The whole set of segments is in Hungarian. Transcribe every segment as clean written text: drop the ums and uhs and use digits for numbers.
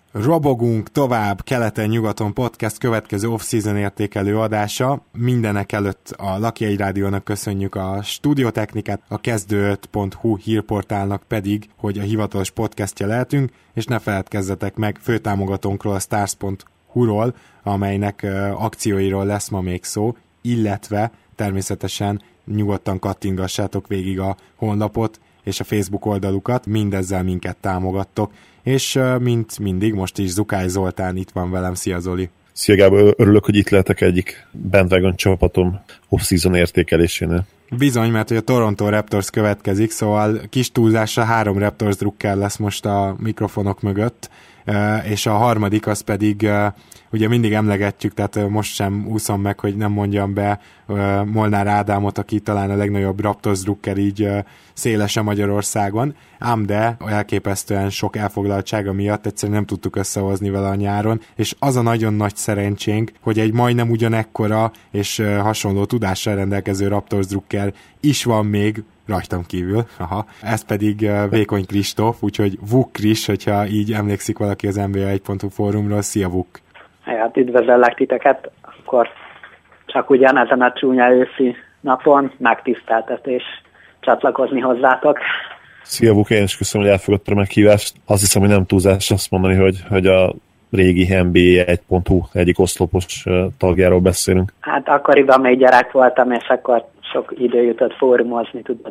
Robogunk tovább, keleten-nyugaton podcast következő off-season értékelő adása. Mindenek előtt a Lucky 1 Rádiónak köszönjük a stúdiótechnikát, a kezdő5.hu hírportálnak pedig, hogy a hivatalos podcastja lehetünk, és ne feledkezzetek meg főtámogatónkról, a Stars.hu-ról, amelynek akcióiról lesz ma még szó, illetve természetesen nyugodtan kattingassátok végig a honlapot és a Facebook oldalukat, mindezzel minket támogattok. És mint mindig, most is Zukály Zoltán itt van velem. Szia Zoli! Szia Gábor, örülök, hogy itt lehetek egyik bandwagon csapatom off-season értékelésénél. Bizony, mert hogy a Toronto Raptors következik, szóval kis túlzásra 3 Raptors drukker lesz most a mikrofonok mögött, és a harmadik az pedig ugye mindig emlegetjük, tehát most sem úszom meg, hogy nem mondjam be Molnár Ádámot, aki talán a legnagyobb Raptors drukker így szélesen Magyarországon, ám de elképesztően sok elfoglaltsága miatt egyszerűen nem tudtuk összehozni vele a nyáron, és az a nagyon nagy szerencsénk, hogy egy majdnem ugyanekkora és hasonló tudással rendelkező Raptors drukker is van még rajtam kívül, ez pedig Vékony Kristóf, úgyhogy Vuk Kris, hogyha így emlékszik valaki az NBA1.hu fórumról. Szia Vuk! Hát üdvözöllek titeket, akkor csak ugyanezen a csúnya őszi napon megtiszteltetés csatlakozni hozzátok. Szia Vuk, én is köszönöm, hogy elfogadtam a meghívást. Azt hiszem, hogy nem túlzás azt mondani, hogy a régi NBA1.hu egyik oszlopos tagjáról beszélünk. Hát akkoriban még gyerek voltam, és akkor sok idő jutott fórumozni, tudod.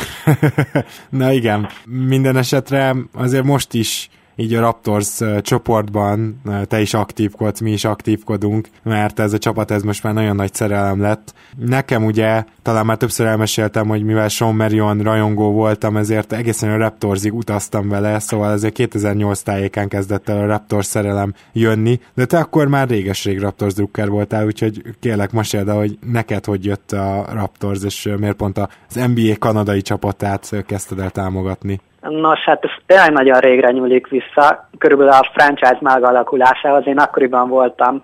Na igen, minden esetre azért most is így a Raptors csoportban te is aktívkodsz, mi is aktívkodunk, mert ez a csapat ez most már nagyon nagy szerelem lett. Nekem ugye, talán már többször elmeséltem, hogy mivel Sean Marion rajongó voltam, ezért egészen a Raptorsig utaztam vele, szóval ezért 2008 tájékán kezdett el a Raptors szerelem jönni, de te akkor már réges-rég Raptors drukker voltál, úgyhogy kérlek, meséld el, hogy neked hogy jött a Raptors, és miért pont az NBA kanadai csapatát kezdted el támogatni. Nos, hát ez tényleg nagyon régre nyúlik vissza, körülbelül a franchise megalakulásához. Én akkoriban voltam,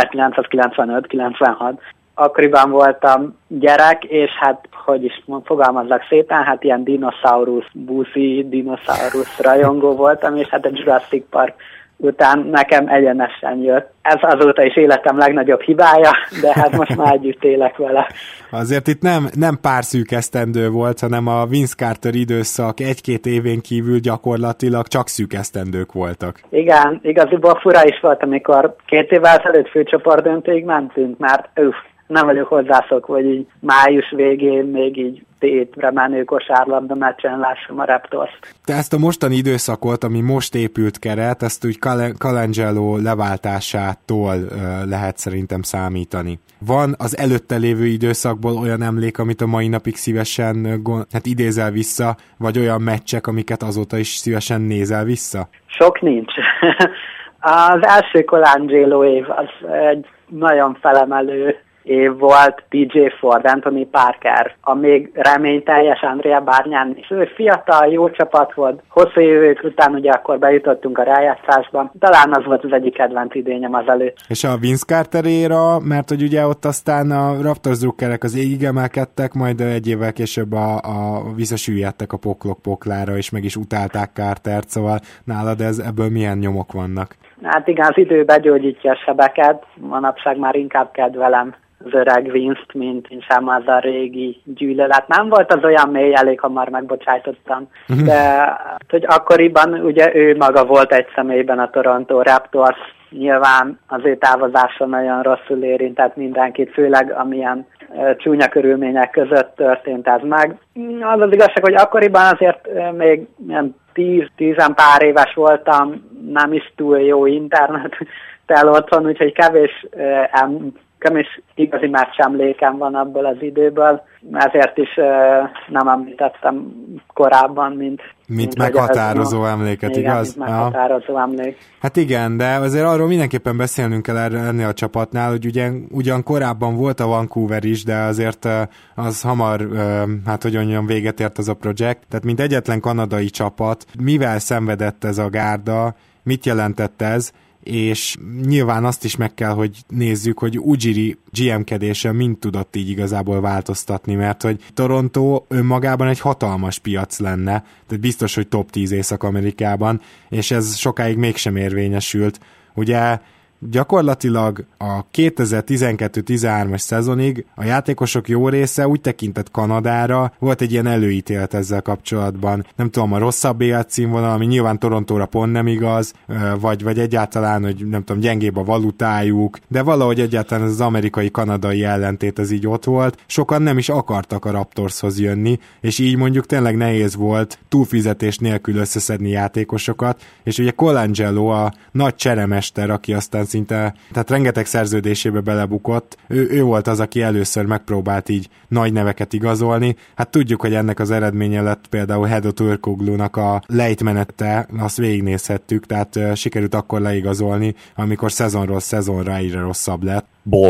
1995-96, akkoriban voltam gyerek, és hát, hogy is fogalmazzak szépen, hát ilyen buzi dinoszaurusz rajongó voltam, és hát a Jurassic Park után nekem egyenesen jött. Ez azóta is életem legnagyobb hibája, de hát most már együtt élek vele. Azért itt nem pár szűk esztendő volt, hanem a Vince Carter időszak 1-2 évén kívül gyakorlatilag csak szűk esztendők voltak. Igen, igaziból fura is volt, amikor 2 évvel ezelőtt főcsoportdöntőig mentünk, mert nem vagyok hozzászokva, hogy így május végén még így tétre menő kosárlabda meccsen lássam a Raptors-t. Te ezt a mostani időszakot, ami most épült keret, ezt úgy Colangelo leváltásától lehet szerintem számítani. Van az előtte lévő időszakból olyan emlék, amit a mai napig szívesen idézel vissza, vagy olyan meccsek, amiket azóta is szívesen nézel vissza? Sok nincs. Az első Colangelo év az egy nagyon felemelő év volt. TJ Ford, Anthony Parker, a még reményteljes Andrea Bargnani. Ő fiatal, jó csapat volt, hosszú évek után ugye akkor bejutottunk a rájátszásba. Talán az volt az egyik kedvenc idényem az előtt. És a Vince Carter éra, mert hogy ugye ott aztán a Raptors drukkerek az égig emelkedtek, majd egy évvel később visszasüllyedtek a poklok poklára, és meg is utálták Cartert, szóval nálad ebből milyen nyomok vannak? Hát igen, az idő begyógyítja a sebeket, manapság már inkább kedvelem az öreg Vince-t, mint sem az a régi gyűlölet. Nem volt az olyan mély, elég hamar megbocsájtottam, de hogy akkoriban ugye ő maga volt egy személyben a Toronto Raptors, nyilván az ő távozása nagyon rosszul érintett mindenkit, főleg amilyen csúnya körülmények között történt ez meg. Az az igazság, hogy akkoriban azért még 10 pár éves voltam, nem is túl jó internettel otthon, úgyhogy kevés igazi meccsemlékem van abból az időből, ezért is nem említettem korábban, mint meghatározó emléket, igen, igaz? Mint meghatározó emlék. Hát igen, de azért arról mindenképpen beszélnünk kell ennél a csapatnál, hogy ugyan korábban volt a Vancouver is, de azért az hamar, véget ért az a projekt. Tehát mint egyetlen kanadai csapat, mivel szenvedett ez a gárda, mit jelentett ez, és nyilván azt is meg kell, hogy nézzük, hogy Ujiri GM-kedése mind tudott így igazából változtatni, mert hogy Toronto önmagában egy hatalmas piac lenne, tehát biztos, hogy top 10 Észak-Amerikában, és ez sokáig mégsem érvényesült. Ugye gyakorlatilag a 2012-13-as szezonig a játékosok jó része úgy tekintett Kanadára, volt egy ilyen előítélet ezzel kapcsolatban. Nem tudom, a rosszabb életszínvonal, ami nyilván Torontóra pont nem igaz, vagy egyáltalán, hogy nem tudom, gyengébb a valutájuk, de valahogy egyáltalán ez az amerikai-kanadai ellentét ez így ott volt. Sokan nem is akartak a Raptorshoz jönni, és így mondjuk tényleg nehéz volt túlfizetés nélkül összeszedni játékosokat, és ugye Colangelo a nagy cseremester, aki aztán szinte, tehát rengeteg szerződésébe belebukott, ő volt az, aki először megpróbált így nagy neveket igazolni. Hát tudjuk, hogy ennek az eredménye lett például Hedo Turkoglunak a lejtmenete, azt végignézhettük, tehát sikerült akkor leigazolni, amikor szezonról szezonra egyre rosszabb lett.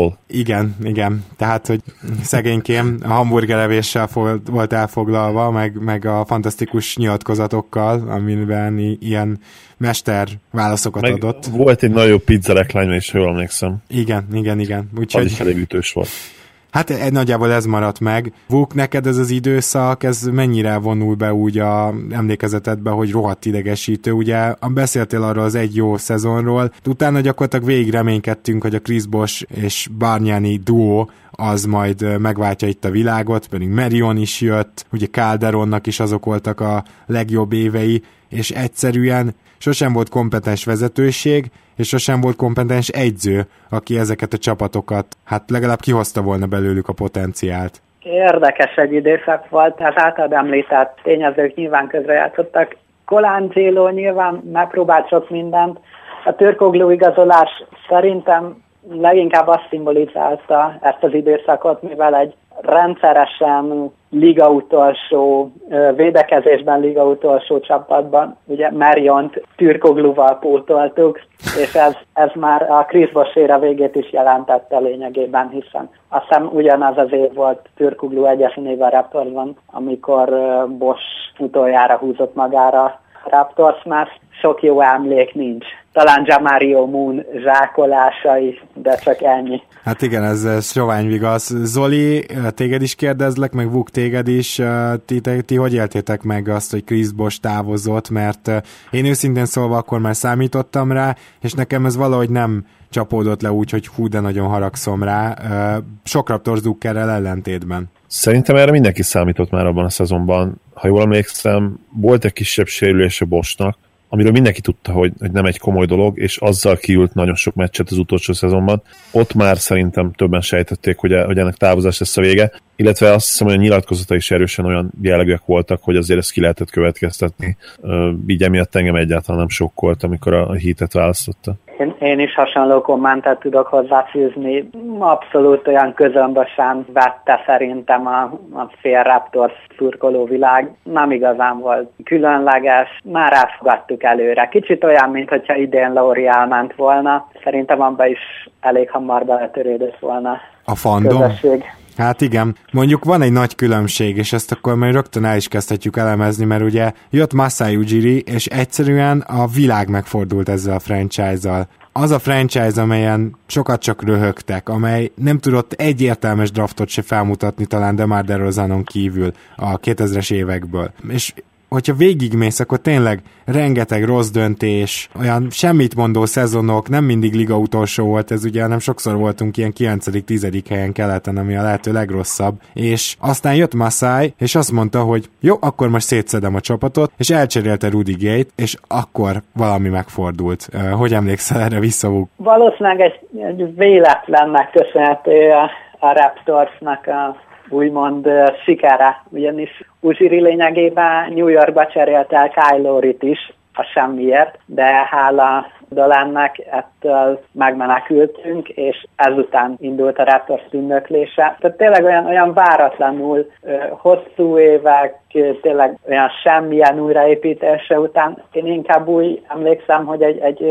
Igen, tehát, hogy szegénykém a hamburgerevéssel volt elfoglalva, meg a fantasztikus nyilatkozatokkal, amiben ilyen mester válaszokat adott. Volt egy nagyobb pizza reklám, és jól emlékszem. Igen. Úgyhogy... Az is elég ütős volt. Hát nagyjából ez maradt meg. Vuk, neked ez az időszak, ez mennyire vonul be úgy a emlékezetedbe, hogy rohadt idegesítő? Ugye beszéltél arról az egy jó szezonról, utána gyakorlatilag végig reménykedtünk, hogy a Chris Bosh és Bargnani duó az majd megváltja itt a világot, pedig Marion is jött, ugye Calderonnak is azok voltak a legjobb évei, és egyszerűen sosem volt kompetens vezetőség, és sosem volt kompetens egyző, aki ezeket a csapatokat, hát legalább kihozta volna belőlük a potenciált. Érdekes egy időszak volt, tehát általad említett tényezők nyilván közrejátszottak. Colangelo nyilván megpróbált sok mindent. A Turkoglu igazolás szerintem leginkább azt szimbolizálta ezt az időszakot, mivel egy rendszeresen liga utolsó, védekezésben liga utolsó csapatban, ugye Mariont Turkogluval pótoltuk, és ez már a Chris Bosh éra végét is jelentette lényegében, hiszen azt hiszem ugyanaz az év volt Turkoglu egyesen éve a Raptorsban, amikor Bosh utoljára húzott magára Raptors, már sok jó emlék nincs. Talán Jamario Moon zsákolásai, de csak ennyi. Hát igen, ez sovány vigasz. Zoli, téged is kérdezlek, meg Vuk, téged is. Ti hogy éltétek meg azt, hogy Chris Bosh távozott, mert én őszintén szólva akkor már számítottam rá, és nekem ez valahogy nem csapódott le úgy, hogy hú, de nagyon haragszom rá. Sok Raptors Zuckerrel ellentétben. Szerintem erre mindenki számított már abban a szezonban. Ha jól emlékszem, volt egy kisebb sérülése Boshnak, amiről mindenki tudta, hogy nem egy komoly dolog, és azzal kiült nagyon sok meccset az utolsó szezonban. Ott már szerintem többen sejtették, hogy ennek távozás lesz a vége, illetve azt hiszem, hogy a nyilatkozata is erősen olyan jellegűek voltak, hogy azért ezt ki lehetett következtetni. Így emiatt engem egyáltalán nem sokkolt, amikor a Heatet választotta. Én is hasonló kommentet tudok hozzáfűzni. Abszolút olyan közömbösen vette szerintem a fél Raptors szurkoló világ. Nem igazán volt különleges, már elfogadtuk előre. Kicsit olyan, mintha idén Lauri elment volna. Szerintem abban is elég hamar beletörődött volna a fandom. Közösség. Hát igen, mondjuk van egy nagy különbség, és ezt akkor majd rögtön el is kezdhetjük elemezni, mert ugye jött Masai Ujiri, és egyszerűen a világ megfordult ezzel a franchise-zal. Az a franchise, amelyen sokat csak röhögtek, amely nem tudott egyértelmes draftot se felmutatni talán DeMar DeRozanon kívül a 2000-es évekből. És hogyha végigmész, akkor tényleg rengeteg rossz döntés, olyan semmit mondó szezonok, nem mindig liga utolsó volt ez, ugye, hanem sokszor voltunk ilyen 9.-10. helyen keleten, ami a lehető legrosszabb, és aztán jött Masai, és azt mondta, hogy jó, akkor most szétszedem a csapatot, és elcserélte Rudy Gay-t, és akkor valami megfordult. Hogy emlékszel erre vissza? Valószínűleg egy véletlennek köszönhető a Raptorsnak a úgymond sikere, ugyanis Ujiri lényegében New Yorkba cserélt el Kyle Lowryt is a semmiért, de hála Dolannak ettől megmenekültünk, és ezután indult a Raptors ünnöklése. Tehát tényleg olyan váratlanul hosszú évek, tényleg olyan semmilyen újraépítése után én inkább úgy emlékszem, hogy egy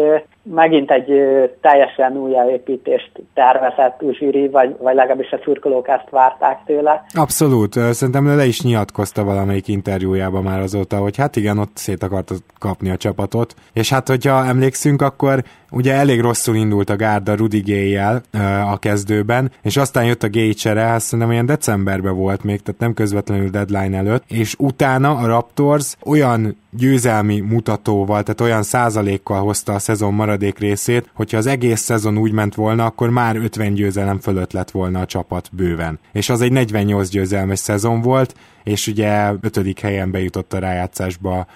megint egy teljesen újjáépítést tervezett Ujiri, vagy legalábbis a szurkolók ezt várták tőle. Abszolút, szerintem le is nyilatkozta valamelyik interjújában már azóta, hogy hát igen, ott szét akarta kapni a csapatot, és hát hogyha emlékszünk, akkor ugye elég rosszul indult a gárda Rudy Gay-jel a kezdőben, és aztán jött a Gay csere, hát szerintem olyan decemberben volt még, tehát nem közvetlenül deadline előtt, és utána a Raptors olyan győzelmi mutatóval, tehát olyan százalékkal hozta a szezon maradék részét, hogyha az egész szezon úgy ment volna, akkor már 50 győzelem fölött lett volna a csapat bőven. És az egy 48 győzelmes szezon volt, és ugye 5. helyen bejutott a rájátszásba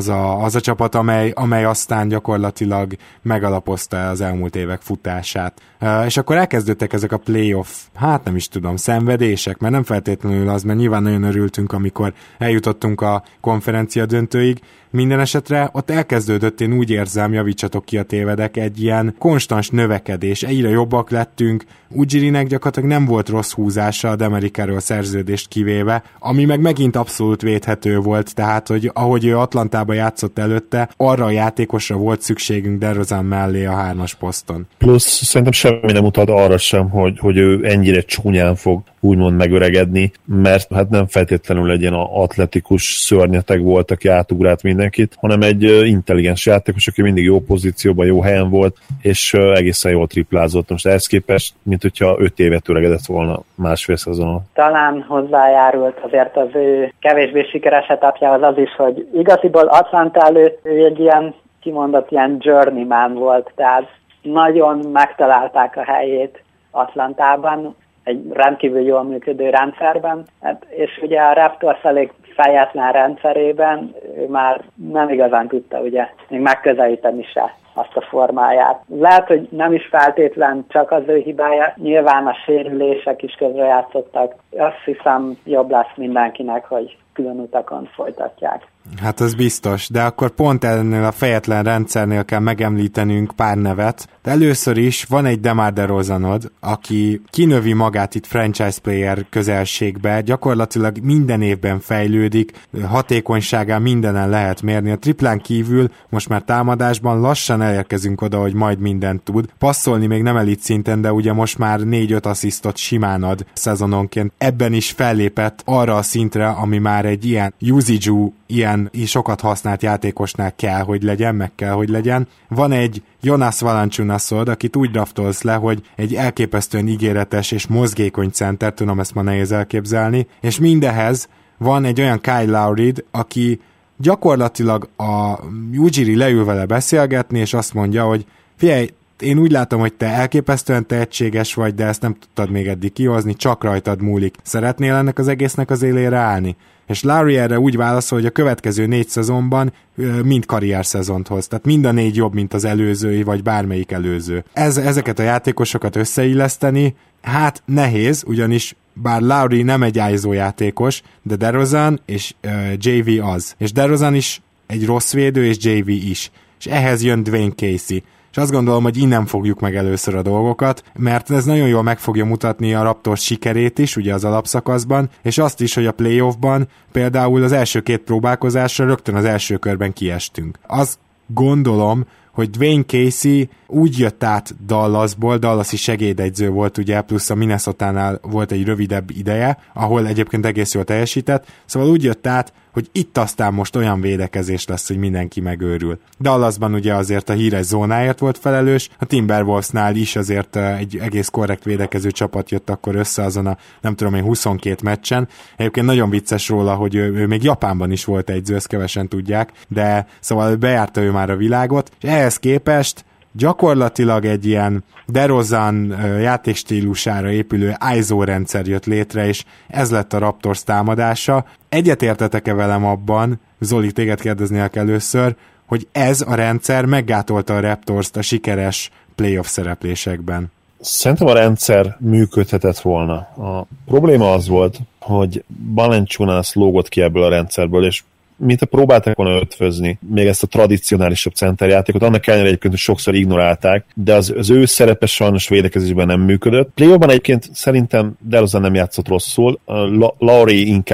az a csapat, amely aztán gyakorlatilag megalapozta az elmúlt évek futását. És akkor elkezdődtek ezek a playoff, hát nem is tudom, szenvedések, mert nem feltétlenül az, mert nyilván nagyon örültünk, amikor eljutottunk a konferencia döntőig. Minden esetre ott elkezdődött, én úgy érzem, javítsatok ki a tévedek, egy ilyen konstans növekedés, egyre jobbak lettünk, Ujirinek gyakorlatilag nem volt rossz húzása a Demerikáról szerződést kivéve, ami meg megint abszolút védhető volt, tehát hogy ahogy ő Atlantába játszott előtte, arra a játékosra volt szükségünk DeRozan mellé a 3-as poszton. Plusz szerintem semmi nem mutat arra sem, hogy ő ennyire csúnyán fog úgymond megöregedni, mert hát nem feltétlenül egy ilyen atletikus szörnyeteg volt, aki átugrált mindenkit, hanem egy intelligens játékos, aki mindig jó pozícióban, jó helyen volt, és egészen jól triplázott. Most ehhez képest, mint hogyha 5 évet öregedett volna másfél szezonon. Talán hozzájárult azért az ő kevésbé sikeres etapjához az is, hogy igaziból Atlanta előtt ő egy ilyen kimondott ilyen journeyman volt, tehát nagyon megtalálták a helyét Atlantában, egy rendkívül jól működő rendszerben, és ugye a Raptors elég fejetlen rendszerében ő már nem igazán tudta ugye még megközelíteni se azt a formáját. Lehet, hogy nem is feltétlen csak az ő hibája, nyilván a sérülések is közrejátszottak. Azt hiszem jobb lesz mindenkinek, hogy külön utakon folytatják. Hát az biztos, de akkor pont ennél a fejetlen rendszernél kell megemlítenünk pár nevet. De először is van egy DeMar DeRozanod, aki kinövi magát itt franchise player közelségbe, gyakorlatilag minden évben fejlődik, hatékonyságán mindenen lehet mérni. A triplán kívül most már támadásban lassan elérkezünk oda, hogy majd mindent tud. Passzolni még nem elit szinten, de ugye most már 4-5 asszisztot simán ad szezononként. Ebben is fellépett arra a szintre, ami már egy ilyen usage-ú, ilyen sokat használt játékosnál kell, hogy legyen, meg kell, hogy legyen. Van egy Jonas Valanciunasod, akit úgy draftolsz le, hogy egy elképesztően ígéretes és mozgékony center, tudom, ezt ma nehéz elképzelni, és mindehez van egy olyan Kyle Lowry, aki gyakorlatilag a Ujiri leül vele beszélgetni, és azt mondja, hogy figyelj, én úgy látom, hogy te elképesztően tehetséges vagy, de ezt nem tudtad még eddig kihozni, csak rajtad múlik. Szeretnél ennek az egésznek az élére állni? És Lowry erre úgy válaszol, hogy a következő 4 szezonban mind karrier szezont hoz. Tehát mind a 4 jobb, mint az előzői, vagy bármelyik előző. Ezeket a játékosokat összeilleszteni, hát nehéz, ugyanis bár Lowry nem egy ISO játékos, de DeRozan és JV az. És DeRozan is egy rossz védő, és JV is. És ehhez jön Dwayne Casey. És azt gondolom, hogy innen fogjuk meg először a dolgokat, mert ez nagyon jól meg fogja mutatni a Raptors sikerét is, ugye az alapszakaszban, és azt is, hogy a playoffban például az első 2 próbálkozásra rögtön az első körben kiestünk. Azt gondolom, hogy Dwayne Casey úgy jött át Dallasból, Dallasi segédegyző volt ugye, plusz a Minnesotánál volt egy rövidebb ideje, ahol egyébként egész jól teljesített, szóval úgy jött át, hogy itt aztán most olyan védekezés lesz, hogy mindenki megőrül. Dallasban ugye azért a híres zónáért volt felelős, a Timberwolvesnál is azért egy egész korrekt védekező csapat jött akkor össze azon a, nem tudom én, 22 meccsen. Egyébként nagyon vicces róla, hogy ő még Japánban is volt egyző, ezt kevesen tudják, de szóval bejárta ő már a világot, és ehhez képest gyakorlatilag egy ilyen DeRozan játékstílusára épülő ISO rendszer jött létre, és ez lett a Raptors támadása. Egyetértetek-e velem abban, Zoli, téged kérdeznélek először, hogy ez a rendszer meggátolta a Raptors-t a sikeres playoff szereplésekben? Szerintem a rendszer működhetett volna. A probléma az volt, hogy Valanciunas lógott ki ebből a rendszerből, és mint a próbálták volna ötvözni még ezt a tradicionálisabb centerjátékot, annak ellenére egyébként sokszor ignorálták, de az ő szerepe sajnos védekezésben nem működött. Playoffban egyébként szerintem DeRozan nem játszott rosszul, Lowry inkább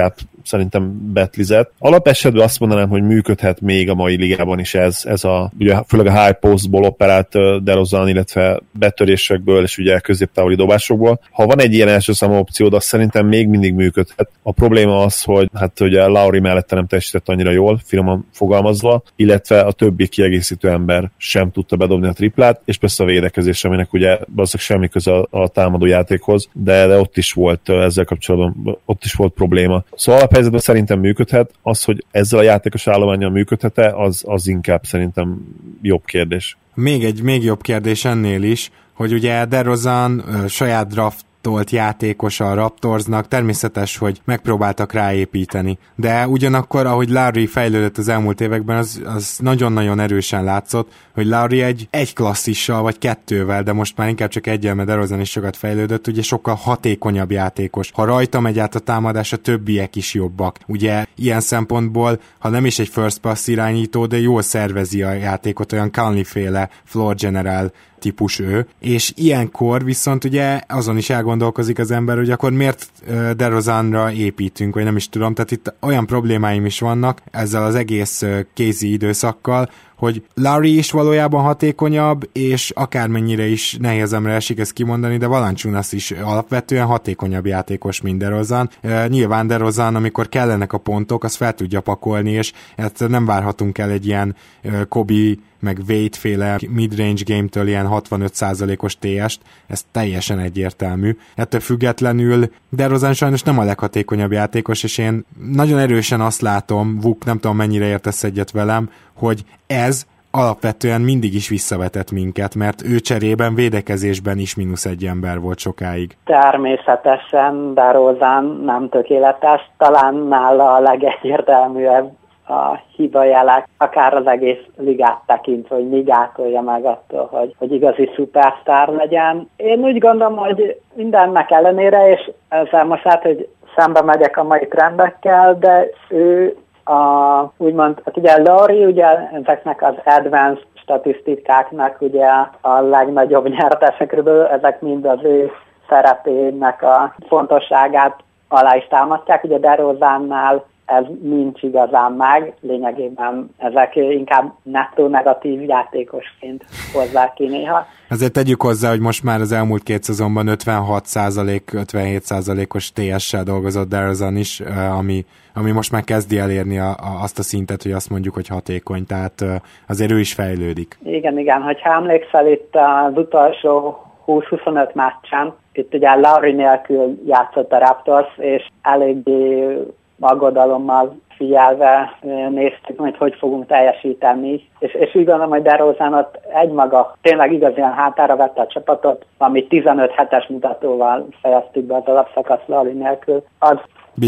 szerintem betlizett. Alapesetben azt mondanám, hogy működhet még a mai ligában is ez a, ugye főleg a high postból operált DeRozan, illetve betörésekből és ugye középtávoli dobásokból. Ha van egy ilyen első számú opciód, az szerintem még mindig működhet. A probléma az, hogy hát ugye Lowry mellette nem teljesített annyira jól, finoman fogalmazva, illetve a többi kiegészítő ember sem tudta bedobni a triplát, és persze a védekezés, aminek ugye valószínűleg semmi köze a támadó játékhoz, de ott is volt ezzel kapcsolatban, ott is volt probléma. Szóval alaphelyzetben szerintem működhet, az, hogy ezzel a játékos állománnyal működhet-e, az inkább szerintem jobb kérdés. Még jobb kérdés ennél is, hogy ugye DeRozan saját draftolt játékos a Raptorsnak, természetes, hogy megpróbáltak ráépíteni. De ugyanakkor, ahogy Lowry fejlődött az elmúlt években, az nagyon-nagyon erősen látszott, hogy Lowry egy klasszissal, vagy kettővel, de most már inkább csak egyel, mert DeRozan is sokat fejlődött, ugye sokkal hatékonyabb játékos. Ha rajta megy át a támadás, a többiek is jobbak. Ugye ilyen szempontból, ha nem is egy first pass irányító, de jól szervezi a játékot, olyan Conley-féle floor general típus ő, és ilyenkor viszont ugye azon is elgondolkozik az ember, hogy akkor miért DeRozanra építünk, vagy nem is tudom, tehát itt olyan problémáim is vannak ezzel az egész Casey időszakkal, hogy Lowry is valójában hatékonyabb, és akármennyire is nehézemre esik ezt kimondani, de Valanciunas is alapvetően hatékonyabb játékos, mint DeRozan. Nyilván DeRozan, amikor kellenek a pontok, az fel tudja pakolni, és ezt nem várhatunk el egy ilyen Kobe meg Wade-féle midrange game-től ilyen 65%-os TS-t, ez teljesen egyértelmű. Ettől függetlenül DeRozan sajnos nem a leghatékonyabb játékos, és én nagyon erősen azt látom, Vuk, nem tudom mennyire értesz egyet velem, hogy ez alapvetően mindig is visszavetett minket, mert ő cserében védekezésben is -1 ember volt sokáig. Természetesen DeRozan nem tökéletes, talán nála a legegyértelműbb a hibajelek, akár az egész ligát tekintve, hogy mi gátolja meg attól, hogy igazi szupersztár legyen. Én úgy gondolom, hogy mindennek ellenére, és ezzel most hát, hogy szembe megyek a mai trendekkel, de ő úgymond, hát ugye Lowry, ugye ezeknek az advanced statisztikáknak ugye a legnagyobb nyertese, körülbelül ezek mind az ő szerepének a fontosságát alá is támasztják, ugye DeRozannál ez nincs igazán meg, lényegében ezek inkább nettó negatív játékosként hozzák ki néha. Azért tegyük hozzá, hogy most már az elmúlt 2 szezonban 56%-os TS-sel dolgozott DeRozan is, ami most már kezdi elérni azt a szintet, hogy azt mondjuk, hogy hatékony, tehát azért ő is fejlődik. Igen, hogyha emlékszel itt az utolsó 20-25 meccsen, itt ugye Lowry nélkül játszott a Raptors, és eléggé aggodalommal figyelve néztük, hogy fogunk teljesíteni, és úgy gondolom, hogy DeRozan ott egymaga tényleg igazán hátára vette a csapatot, ami 15 hetes mutatóval fejeztük be az alapszakasz Lowry nélkül. Az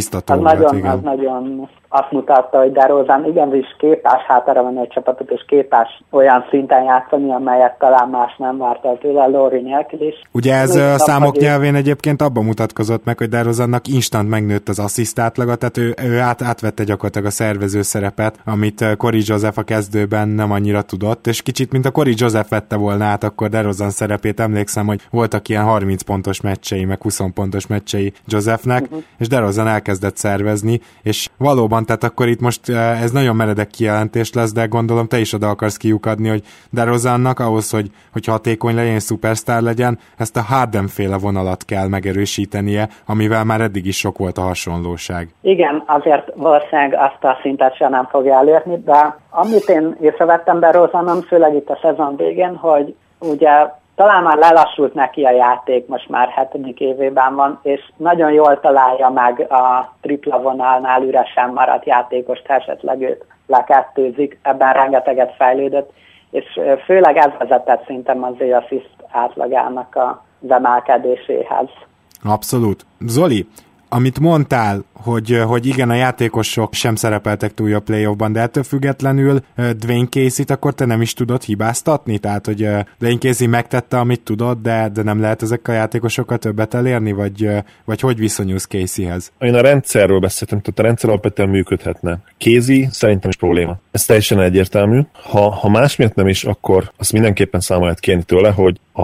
nagyon azt mutatta, hogy DeRozan igenis képes hátára venni a csapatot, és képes olyan szinten játszani, amelyet talán más nem várt el tőle, Lowry nélkül is. Ugye ez a számok nyelvén egyébként abban mutatkozott meg, hogy DeRozannak instant megnőtt az assziszt átlaga, tehát ő átvette gyakorlatilag a szervező szerepet, amit Corey Joseph a kezdőben nem annyira tudott, és kicsit, mint a Corey Joseph vette volna át akkor DeRozan szerepét, emlékszem, hogy voltak ilyen 30 pontos meccsei, meg 20 pontos meccsei Josephnek, és DeRozan elkezdett szervezni, és valóban, tehát akkor itt most ez nagyon meredek kijelentés lesz, de gondolom te is oda akarsz kiukadni, hogy DeRozannak ahhoz, hogy hatékony legyen és szupersztár legyen, ezt a Harden-féle vonalat kell megerősítenie, amivel már eddig is sok volt a hasonlóság. Igen, azért valószínűleg azt a szintet sem nem fogja elérni, de amit én észrevettem DeRozanon, főleg itt a szezon végén, hogy ugye talán már lelassult neki a játék, most már 7. évében van, és nagyon jól találja meg a tripla vonalnál üresen maradt játékost, ha esetleg őt lekettőzik, ebben rengeteget fejlődött, és főleg ez vezetett szerintem az assziszt átlagának az emelkedéséhez. Abszolút. Zoli, amit mondtál, hogy igen, a játékosok sem szerepeltek túl a playoffban, de ettől függetlenül Dwayne Casey-t akkor te nem is tudod hibáztatni? Tehát, hogy Dwayne Casey megtette, amit tudod, de nem lehet ezek a játékosokkal többet elérni, vagy hogy viszonyulsz Caseyhez? Én a rendszerről beszéltem, tehát a rendszer alapvetően működhetne. Casey szerintem is probléma. Ez teljesen egyértelmű. Ha más miatt nem is, akkor azt mindenképpen számol lehet kérni tőle, hogy a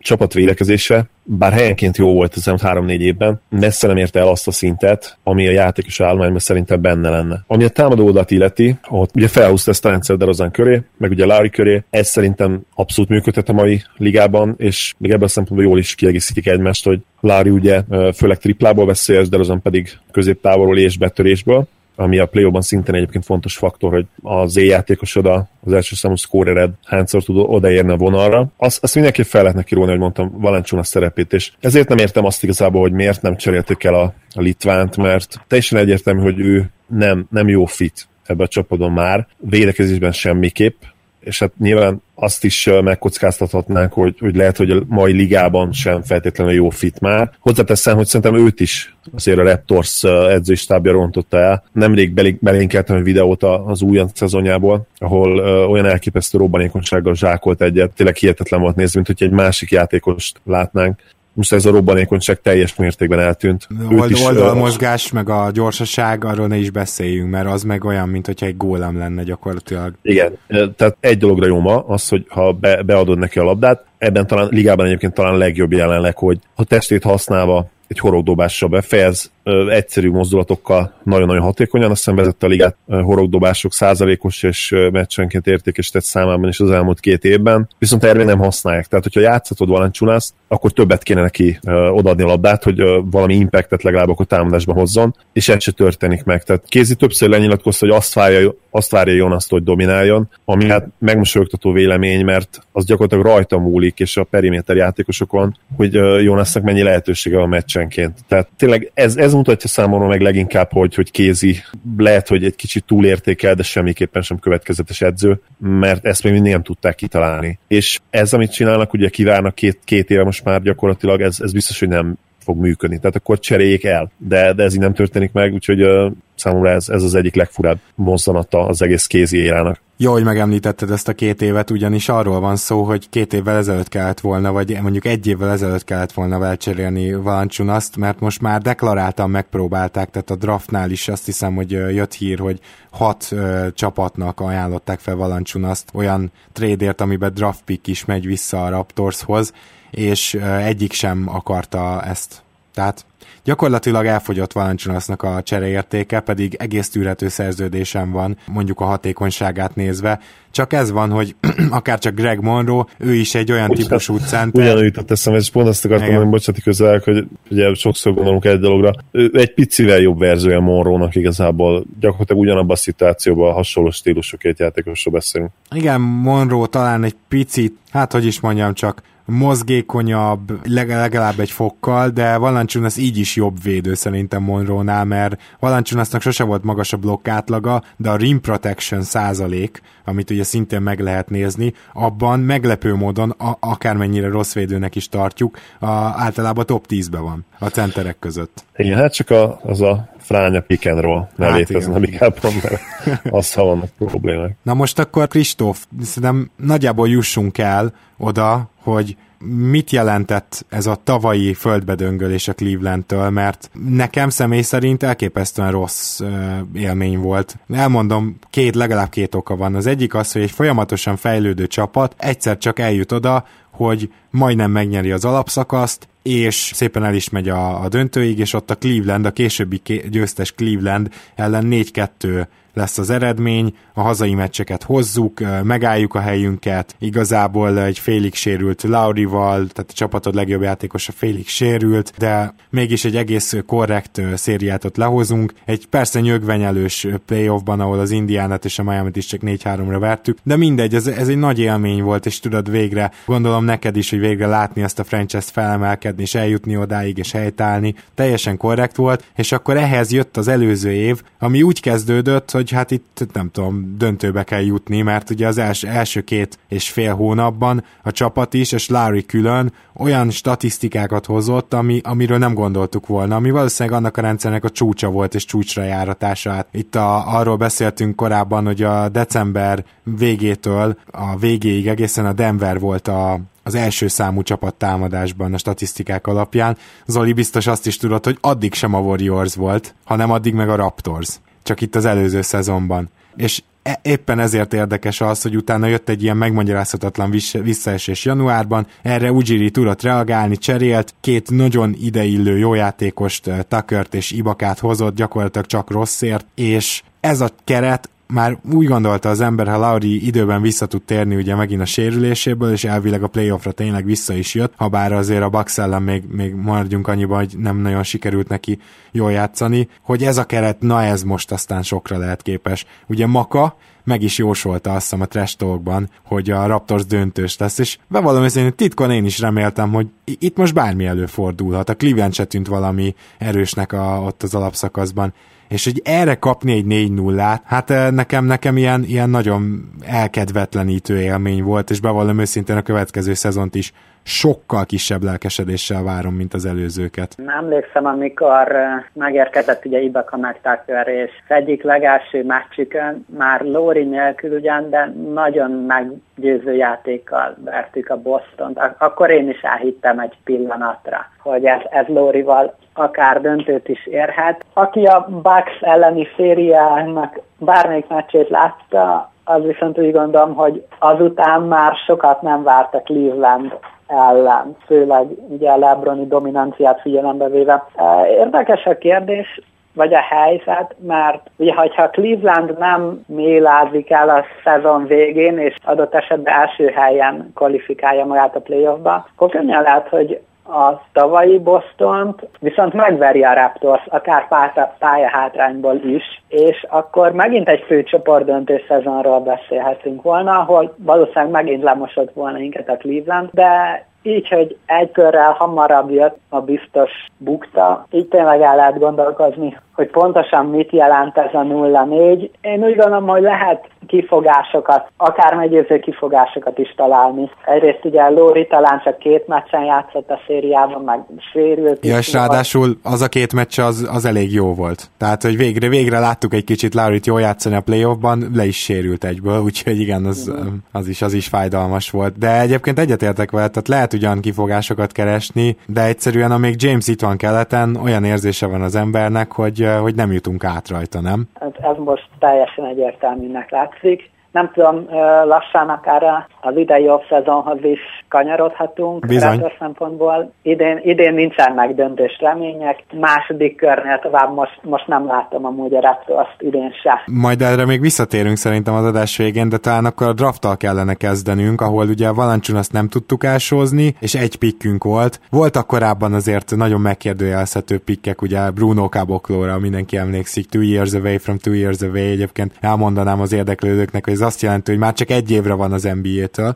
csapat védekezése, bár helyenként jó volt az elmúlt 3-4 évben, messze nem érte el azt a szintet, ami a játékos állományban szerintem benne lenne. Ami a támadó oldalt illeti, ott ugye felhúzta ezt a rendszer DeRozan köré, meg ugye Lowry köré, ez szerintem abszolút működhet a mai ligában, és még ebben a szempontból jól is kiegészítik egymást, hogy Lowry ugye főleg triplából beszél, DeRozan pedig középtávolról és betörésből, ami a play-offban szintén egyébként fontos faktor, hogy az játékosod, az első számú scorered hányszor tud odaérni a vonalra. Azt mindenképp fel lehet neki rólni, hogy mondtam, Valanciunas szerepét, és ezért nem értem azt igazából, hogy miért nem cserélték el a litvánt, mert teljesen egyértelmű, hogy ő nem jó fit ebbe a csapatban már, védekezésben semmiképp, és hát nyilván azt is megkockáztathatnánk, hogy lehet, hogy a mai ligában sem feltétlenül jó fit már. Hozzáteszem, hogy szerintem őt is azért a Raptors edzői stábja rontotta el. Nemrég belénkeltem egy videót az újonc szezonjából, ahol olyan elképesztő robbanékonysággal zsákolt egyet. Tényleg hihetetlen volt nézni, mint hogy egy másik játékost látnánk. Most ez a robbanékonyság teljes mértékben eltűnt. Oldalmozgás, meg a gyorsaság, arról ne is beszéljünk, mert az meg olyan, mint hogyha egy gólem lenne gyakorlatilag. Igen, tehát egy dologra jó ma, az, hogy ha beadod neki a labdát, ebben talán ligában egyébként talán legjobb jelenleg, hogy a testét használva egy horogdobással befejez, egyszerű mozdulatokkal nagyon-nagyon hatékonyan, aztán vezette a ligát horogdobások százalékos és meccsenként értékesített számában is az elmúlt 2 évben, viszont erre nem használják. Tehát, hogyha játszhatod Valanciunast, akkor többet kéne neki odaadni a labdát, hogy valami impactet legalább akkor támadásban hozzon, és ez se történik meg. Tehát Kézi többször lenyilatkozta, hogy azt várja Jonast, hogy domináljon, ami hát megmosolyogtató vélemény, mert az gyakorlatilag rajta múlik, és a periméter játékosokon, hogy Jonasnak mennyi lehetősége van meccsenként. Tehát tényleg ez mutatja számomra meg leginkább, hogy Kézi lehet, hogy egy kicsit túlértékel, de semmiképpen sem következetes edző, mert ezt még mindig nem tudták kitalálni. És ez, amit csinálnak, ugye kivárnak két éve most már gyakorlatilag, ez biztos, hogy nem fog működni. Tehát akkor cseréljék el. De ez így nem történik meg, úgyhogy számomra ez az egyik legfurább mozzanata az egész Kézi érának. Jó, hogy megemlítetted ezt a 2 évet, ugyanis arról van szó, hogy 2 évvel ezelőtt kellett volna, vagy mondjuk 1 évvel ezelőtt kellett volna elcserélni Valanciunast, mert most már deklaráltan megpróbálták, tehát a draftnál is azt hiszem, hogy jött hír, hogy 6 csapatnak ajánlották fel Valanciunast olyan trade-ért, amiben draft pick is megy vissza a Raptorshoz, és egyik sem akarta ezt. Tehát gyakorlatilag elfogyott Valanciunasnak a csereértéke, pedig egész tűrhető szerződésem van, mondjuk a hatékonyságát nézve. Csak ez van, hogy akár csak Greg Monroe, ő is egy olyan típusú center. Ugyanúgy jutott eszembe, és pont azt akartam mondani, bocsánat közel, hogy ugye sokszor gondolunk egy dologra. Ő egy picivel jobb verziója Monroe-nak igazából, gyakorlatilag ugyanabban a szituációban hasonló stílusú 2 játékosról beszélünk. Igen, Monroe talán egy picit, hát hogy is mondjam csak, mozgékonyabb, legalább egy fokkal, de Valanciunas így is jobb védő szerintem Monroe-nál, mert Valanciunasnak sose volt magas a blokk átlaga, de a rim protection százalék, amit ugye szintén meg lehet nézni, abban meglepő módon, akármennyire rossz védőnek is tartjuk, általában top 10-ben van a centerek között. Igen, hát csak az a fránya pick and roll ne létezne a ligában, mert aztán vannak problémák. Na most akkor Kristóf, szerintem nagyjából jussunk el oda, hogy mit jelentett ez a tavalyi földbedöngölés a Clevelandtől, mert nekem személy szerint elképesztően rossz élmény volt. Elmondom, legalább 2 oka van. Az egyik az, hogy egy folyamatosan fejlődő csapat egyszer csak eljut oda, hogy majdnem megnyeri az alapszakaszt, és szépen el is megy a döntőig, és ott a Cleveland, a későbbi győztes Cleveland ellen 4-2 lesz az eredmény, a hazai meccseket hozzuk, megálljuk a helyünket, igazából egy félig sérült Lowryval, tehát a csapatod legjobb játékosa félig sérült, de mégis egy egész korrekt szériát ott lehozunk, egy persze nyögvenyelős playoffban, ahol az Indiánát és a Miamit is csak 4-3-ra vertük, de mindegy, ez egy nagy élmény volt, és tudod végre, gondolom neked is, hogy végre látni ezt a franchise-t felemelkedni, és eljutni odáig, és helytállni, teljesen korrekt volt, és akkor ehhez jött az előző év, ami úgy kezdődött, hogy hát itt nem tudom, döntőbe kell jutni, mert ugye az első 2,5 hónapban a csapat is, és Lowry külön olyan statisztikákat hozott, amiről nem gondoltuk volna, ami valószínűleg annak a rendszernek a csúcsa volt, és csúcsra járatását. Itt arról beszéltünk korábban, hogy a december végétől a végéig egészen a Denver volt az első számú csapat támadásban a statisztikák alapján. Zoli biztos azt is tudod, hogy addig sem a Warriors volt, hanem addig meg a Raptors. Csak itt az előző szezonban. És éppen ezért érdekes az, hogy utána jött egy ilyen megmagyarázhatatlan visszaesés januárban, erre Ujiri tudott reagálni, cserélt, két nagyon ideillő jójátékost, Tuckert és Ibakát hozott, gyakorlatilag csak rosszért, és ez a keret már úgy gondolta az ember, ha Lauri időben vissza tud térni ugye megint a sérüléséből, és elvileg a playoffra tényleg vissza is jött, ha bár azért a Bucks ellen még maradjunk annyiba, hogy nem nagyon sikerült neki jól játszani, hogy ez a keret, na ez most aztán sokra lehet képes. Ugye Maka meg is jósolta azt hiszem a Trash Talkban, hogy a Raptors döntős lesz, és bevallom őszintén, titkon én is reméltem, hogy itt most bármi előfordulhat. A Cleveland se tűnt valami erősnek ott az alapszakaszban. És hogy erre kapni egy 4-0-át, hát nekem ilyen nagyon elkedvetlenítő élmény volt, és bevallom őszintén a következő szezont is sokkal kisebb lelkesedéssel várom, mint az előzőket. Emlékszem, amikor megérkezett ugye Ibaka meg Tucker, és egyik legelső meccsükön már Lauri nélkül ugyan, de nagyon meggyőző játékkal vertük a Bostont. Akkor én is elhittem egy pillanatra, hogy ez Laurival akár döntőt is érhet. Aki a Bucks elleni szériának bármelyik meccsét látta, az viszont úgy gondolom, hogy azután már sokat nem várt a Cleveland ellen, főleg ugye a LeBroni dominanciát figyelembe véve. Érdekes a kérdés, vagy a helyzet, mert ugye, hogyha Cleveland nem mélázik el a szezon végén, és adott esetben első helyen kvalifikálja magát a playoffba, akkor könnyen lehet, hogy a tavalyi Bostont viszont megveri a Raptors, akár pályahátrányból is, és akkor megint egy fő csoportdöntő szezonról beszélhetünk volna, ahol valószínűleg megint lemosott volna minket a Cleveland, de így, hogy egy körrel hamarabb jött a biztos bukta, így tényleg el lehet gondolkozni, hogy pontosan mit jelent ez a 0-4. Én úgy gondolom, hogy lehet kifogásokat, akár meggyőző kifogásokat is találni. Egyrészt ugye Lauri talán csak 2 meccsen játszott a szériában, meg sérült. Ja, és ráadásul az a 2 meccs az elég jó volt. Tehát, hogy végre láttuk egy kicsit Laurit jól játszani a playoffban, le is sérült egyből, úgyhogy igen, az is fájdalmas volt. De egyébként egyetértek vele, tehát lehet ugyan kifogásokat keresni, de egyszerűen amíg James itt van keleten, olyan érzése van az embernek, hogy nem jutunk át rajta, nem? Ez most teljesen egyértelműnek látszik. Nem tudom, lassan akár az idei off-szezonhoz is kanyarodhatunk. Raptors szempontból. Idén nincsenek döntős remények. Második körnél tovább most nem látom amúgy a Raptors idén se. Majd erre még visszatérünk szerintem az adás végén, de talán akkor a drafttal kellene kezdenünk, ahol ugye a Valanciunast nem tudtuk elsózni, és egy pikkünk volt. Voltak korábban azért nagyon megkérdőjelezhető pikkek, ugye Bruno Caboclo-ra mindenki emlékszik, 2 years away from 2 years away, egyébként elmondanám az érdeklődőknek, hogy ez azt jelenti, hogy már csak egy évre van az NBA-től.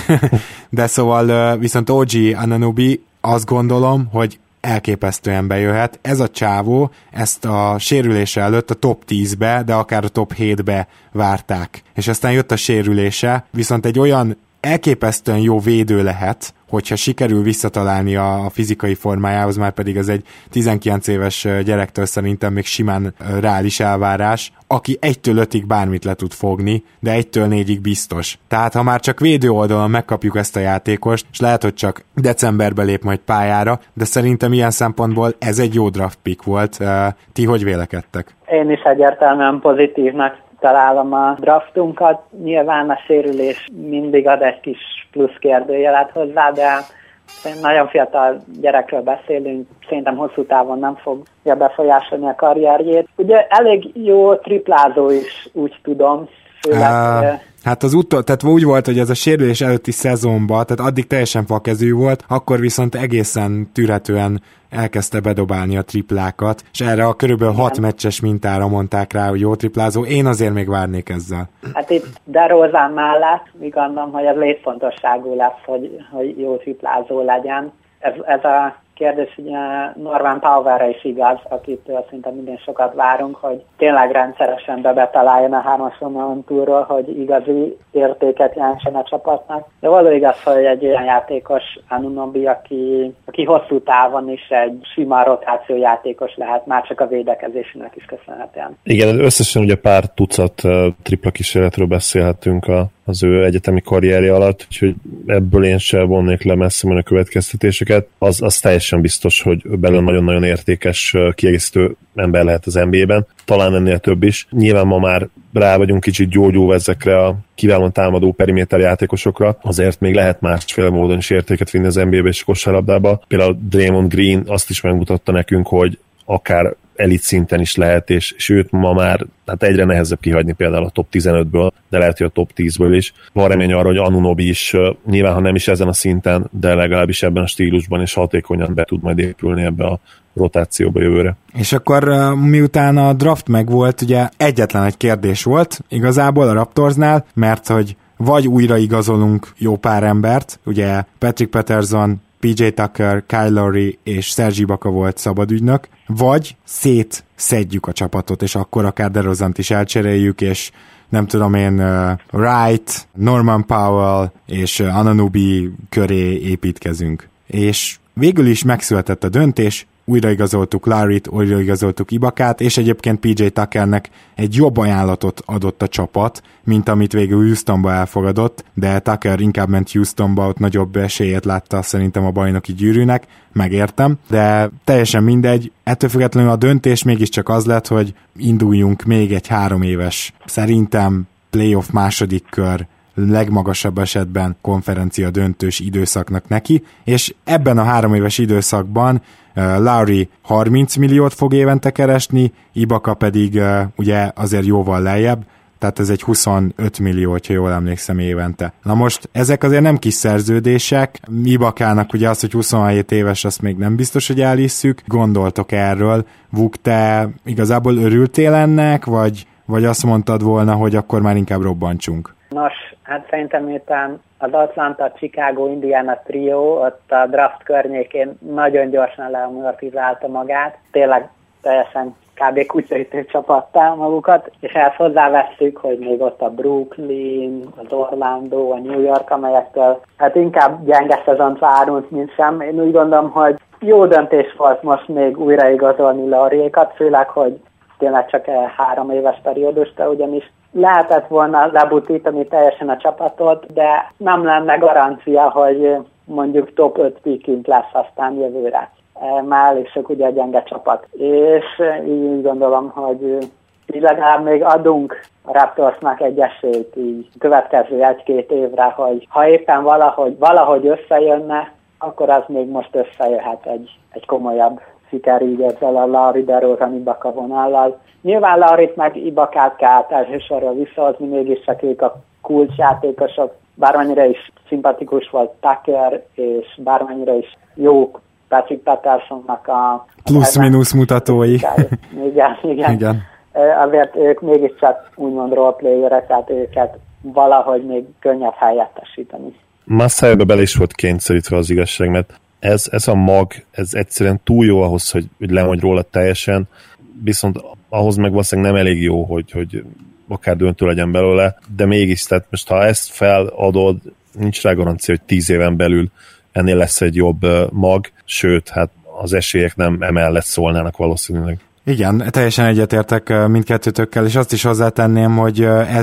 De szóval viszont OG Anunoby azt gondolom, hogy elképesztően bejöhet. Ez a csávó, ezt a sérülése előtt a top 10-be, de akár a top 7-be várták. És aztán jött a sérülése, viszont egy olyan elképesztően jó védő lehet, hogyha sikerül visszatalálni a fizikai formájához, már pedig az egy 19 éves gyerektől szerintem még simán reális elvárás, aki 1-től 5-ig bármit le tud fogni, de 1-től 4-ig biztos. Tehát ha már csak védő oldalon megkapjuk ezt a játékost, és lehet, hogy csak decemberben lép majd pályára, de szerintem ilyen szempontból ez egy jó draft pick volt. Ti hogy vélekedtek? Én is egyértelműen pozitívnak találom a draftunkat. Nyilván a sérülés mindig ad egy kis plusz kérdőjelet hozzá, de nagyon fiatal gyerekről beszélünk, szerintem hosszú távon nem fogja befolyásolni a karrierjét. Ugye elég jó triplázó is, úgy tudom. Főleg, hát tehát úgy volt, hogy ez a sérülés előtti szezonban, tehát addig teljesen fakezű volt, akkor viszont egészen tűrhetően elkezdte bedobálni a triplákat, és erre a körülbelül 6 meccses mintára mondták rá, hogy jó triplázó. Én azért még várnék ezzel. Hát itt DeRozan mellett úgy gondolom, hogy ez létfontosságú lesz, hogy jó triplázó legyen. Ez a kérdés, hogy Norman Powellre is igaz, akitől szinte minden sokat várunk, hogy tényleg rendszeresen betaláljon a 3-as vonalon túlról, hogy igazi értéket jelentsen a csapatnak. De való igaz, hogy egy olyan játékos Anunoby, aki hosszú távon is egy sima rotációjátékos lehet, már csak a védekezésének is köszönhetően. Igen, összesen ugye pár tucat tripla kísérletről beszélhetünk az ő egyetemi karrierje alatt, úgyhogy ebből én sem vonnék le messze menő következtetéseket. Az teljesen teljesen biztos, hogy belőle nagyon-nagyon értékes kiegészítő ember lehet az NBA-ben, talán ennél több is. Nyilván ma már rá vagyunk kicsit gyógyulva ezekre a kiválóan támadó periméter játékosokra, azért még lehet másféle módon is értéket vinni az NBA-be és kosárlabdába. Például Draymond Green azt is megmutatta nekünk, hogy akár elit szinten is lehet, és őt ma már hát egyre nehezebb kihagyni például a top 15-ből, de lehet, hogy a top 10-ből is. Van remény arra, hogy Anunoby is, nyilván ha nem is ezen a szinten, de legalábbis ebben a stílusban és hatékonyan be tud majd épülni ebbe a rotációba jövőre. És akkor miután a draft megvolt, ugye egyetlen egy kérdés volt igazából a Raptorsnál, mert hogy vagy újra igazolunk jó pár embert, ugye Patrick Patterson, PJ Tucker, Kyle Lowry és Serge Ibaka volt szabadügynök, vagy szétszedjük a csapatot, és akkor akár DeRozant is elcseréljük, és nem tudom én, Wright, Norman Powell és Anunoby köré építkezünk. És végül is megszületett a döntés, újraigazoltuk Lowryt, újraigazoltuk Ibakát, és egyébként PJ Tuckernek egy jobb ajánlatot adott a csapat, mint amit végül Houstonba elfogadott, de Tucker inkább ment Houstonba, ott nagyobb esélyét látta szerintem a bajnoki gyűrűnek, megértem, de teljesen mindegy, ettől függetlenül a döntés mégiscsak az lett, hogy induljunk még egy 3 éves, szerintem playoff második kör, legmagasabb esetben konferencia döntős időszaknak neki, és ebben a 3 éves időszakban Lowry 30 milliót fog évente keresni, Ibaka pedig ugye azért jóval lejjebb, tehát ez egy 25 millió, hogyha jól emlékszem évente. Na most ezek azért nem kis szerződések, Ibakának ugye az, hogy 27 éves, azt még nem biztos, hogy elhisszük. Gondoltok erről? Vuk, te igazából örültél ennek, vagy azt mondtad volna, hogy akkor már inkább robbantsunk? Nos, hát szerintem miután az Atlanta, Chicago, Indiana trió ott a draft környékén nagyon gyorsan leamortizálta magát, tényleg teljesen kb. Kutyaütő csapattá magukat, és ezt hozzávesszük, hogy még ott a Brooklyn, az Orlando, a New York, amelyektől hát inkább gyenge szezont várunk, mint sem. Én úgy gondolom, hogy jó döntés volt most még újraigazolni Lowryékat, főleg, hogy tényleg csak 3 éves periódus, de ugyanis lehetett volna lebutítani teljesen a csapatot, de nem lenne garancia, hogy mondjuk top 5 pickünk lesz aztán jövőre. Már elég sok ugye a gyenge csapat. És így gondolom, hogy így legalább még adunk a Raptorsnak egy esélyt így következő 1-2 évre, hogy ha éppen valahogy összejönne, akkor az még most összejöhet egy komolyabb siker így ezzel a Lowry, DeRozan, Ibaka vonallal. Nyilván Lowryt meg Ibakát kell elsősorban visszahozni, mégiscsak ők a kulcsjátékosok, bármennyire is szimpatikus volt Tucker, és bármennyire is jók Patrick Pattersonnak a plusz-minusz mutatói. Igen. Azért ők mégiscsak úgymond roleplayerek, tehát őket valahogy még könnyebb helyettesíteni. Massájba bele is volt kényszerítve az igazság, mert ez a mag, ez egyszerűen túl jó ahhoz, hogy lemondj róla teljesen, viszont ahhoz meg valószínűleg nem elég jó, hogy akár döntő legyen belőle, de mégis, tehát most ha ezt feladod, nincs rá garancia, hogy 10 éven belül ennél lesz egy jobb mag, sőt, hát az esélyek nem emellett szólnának valószínűleg. Igen, teljesen egyetértek mindkettőtökkel, és azt is hozzátenném, hogy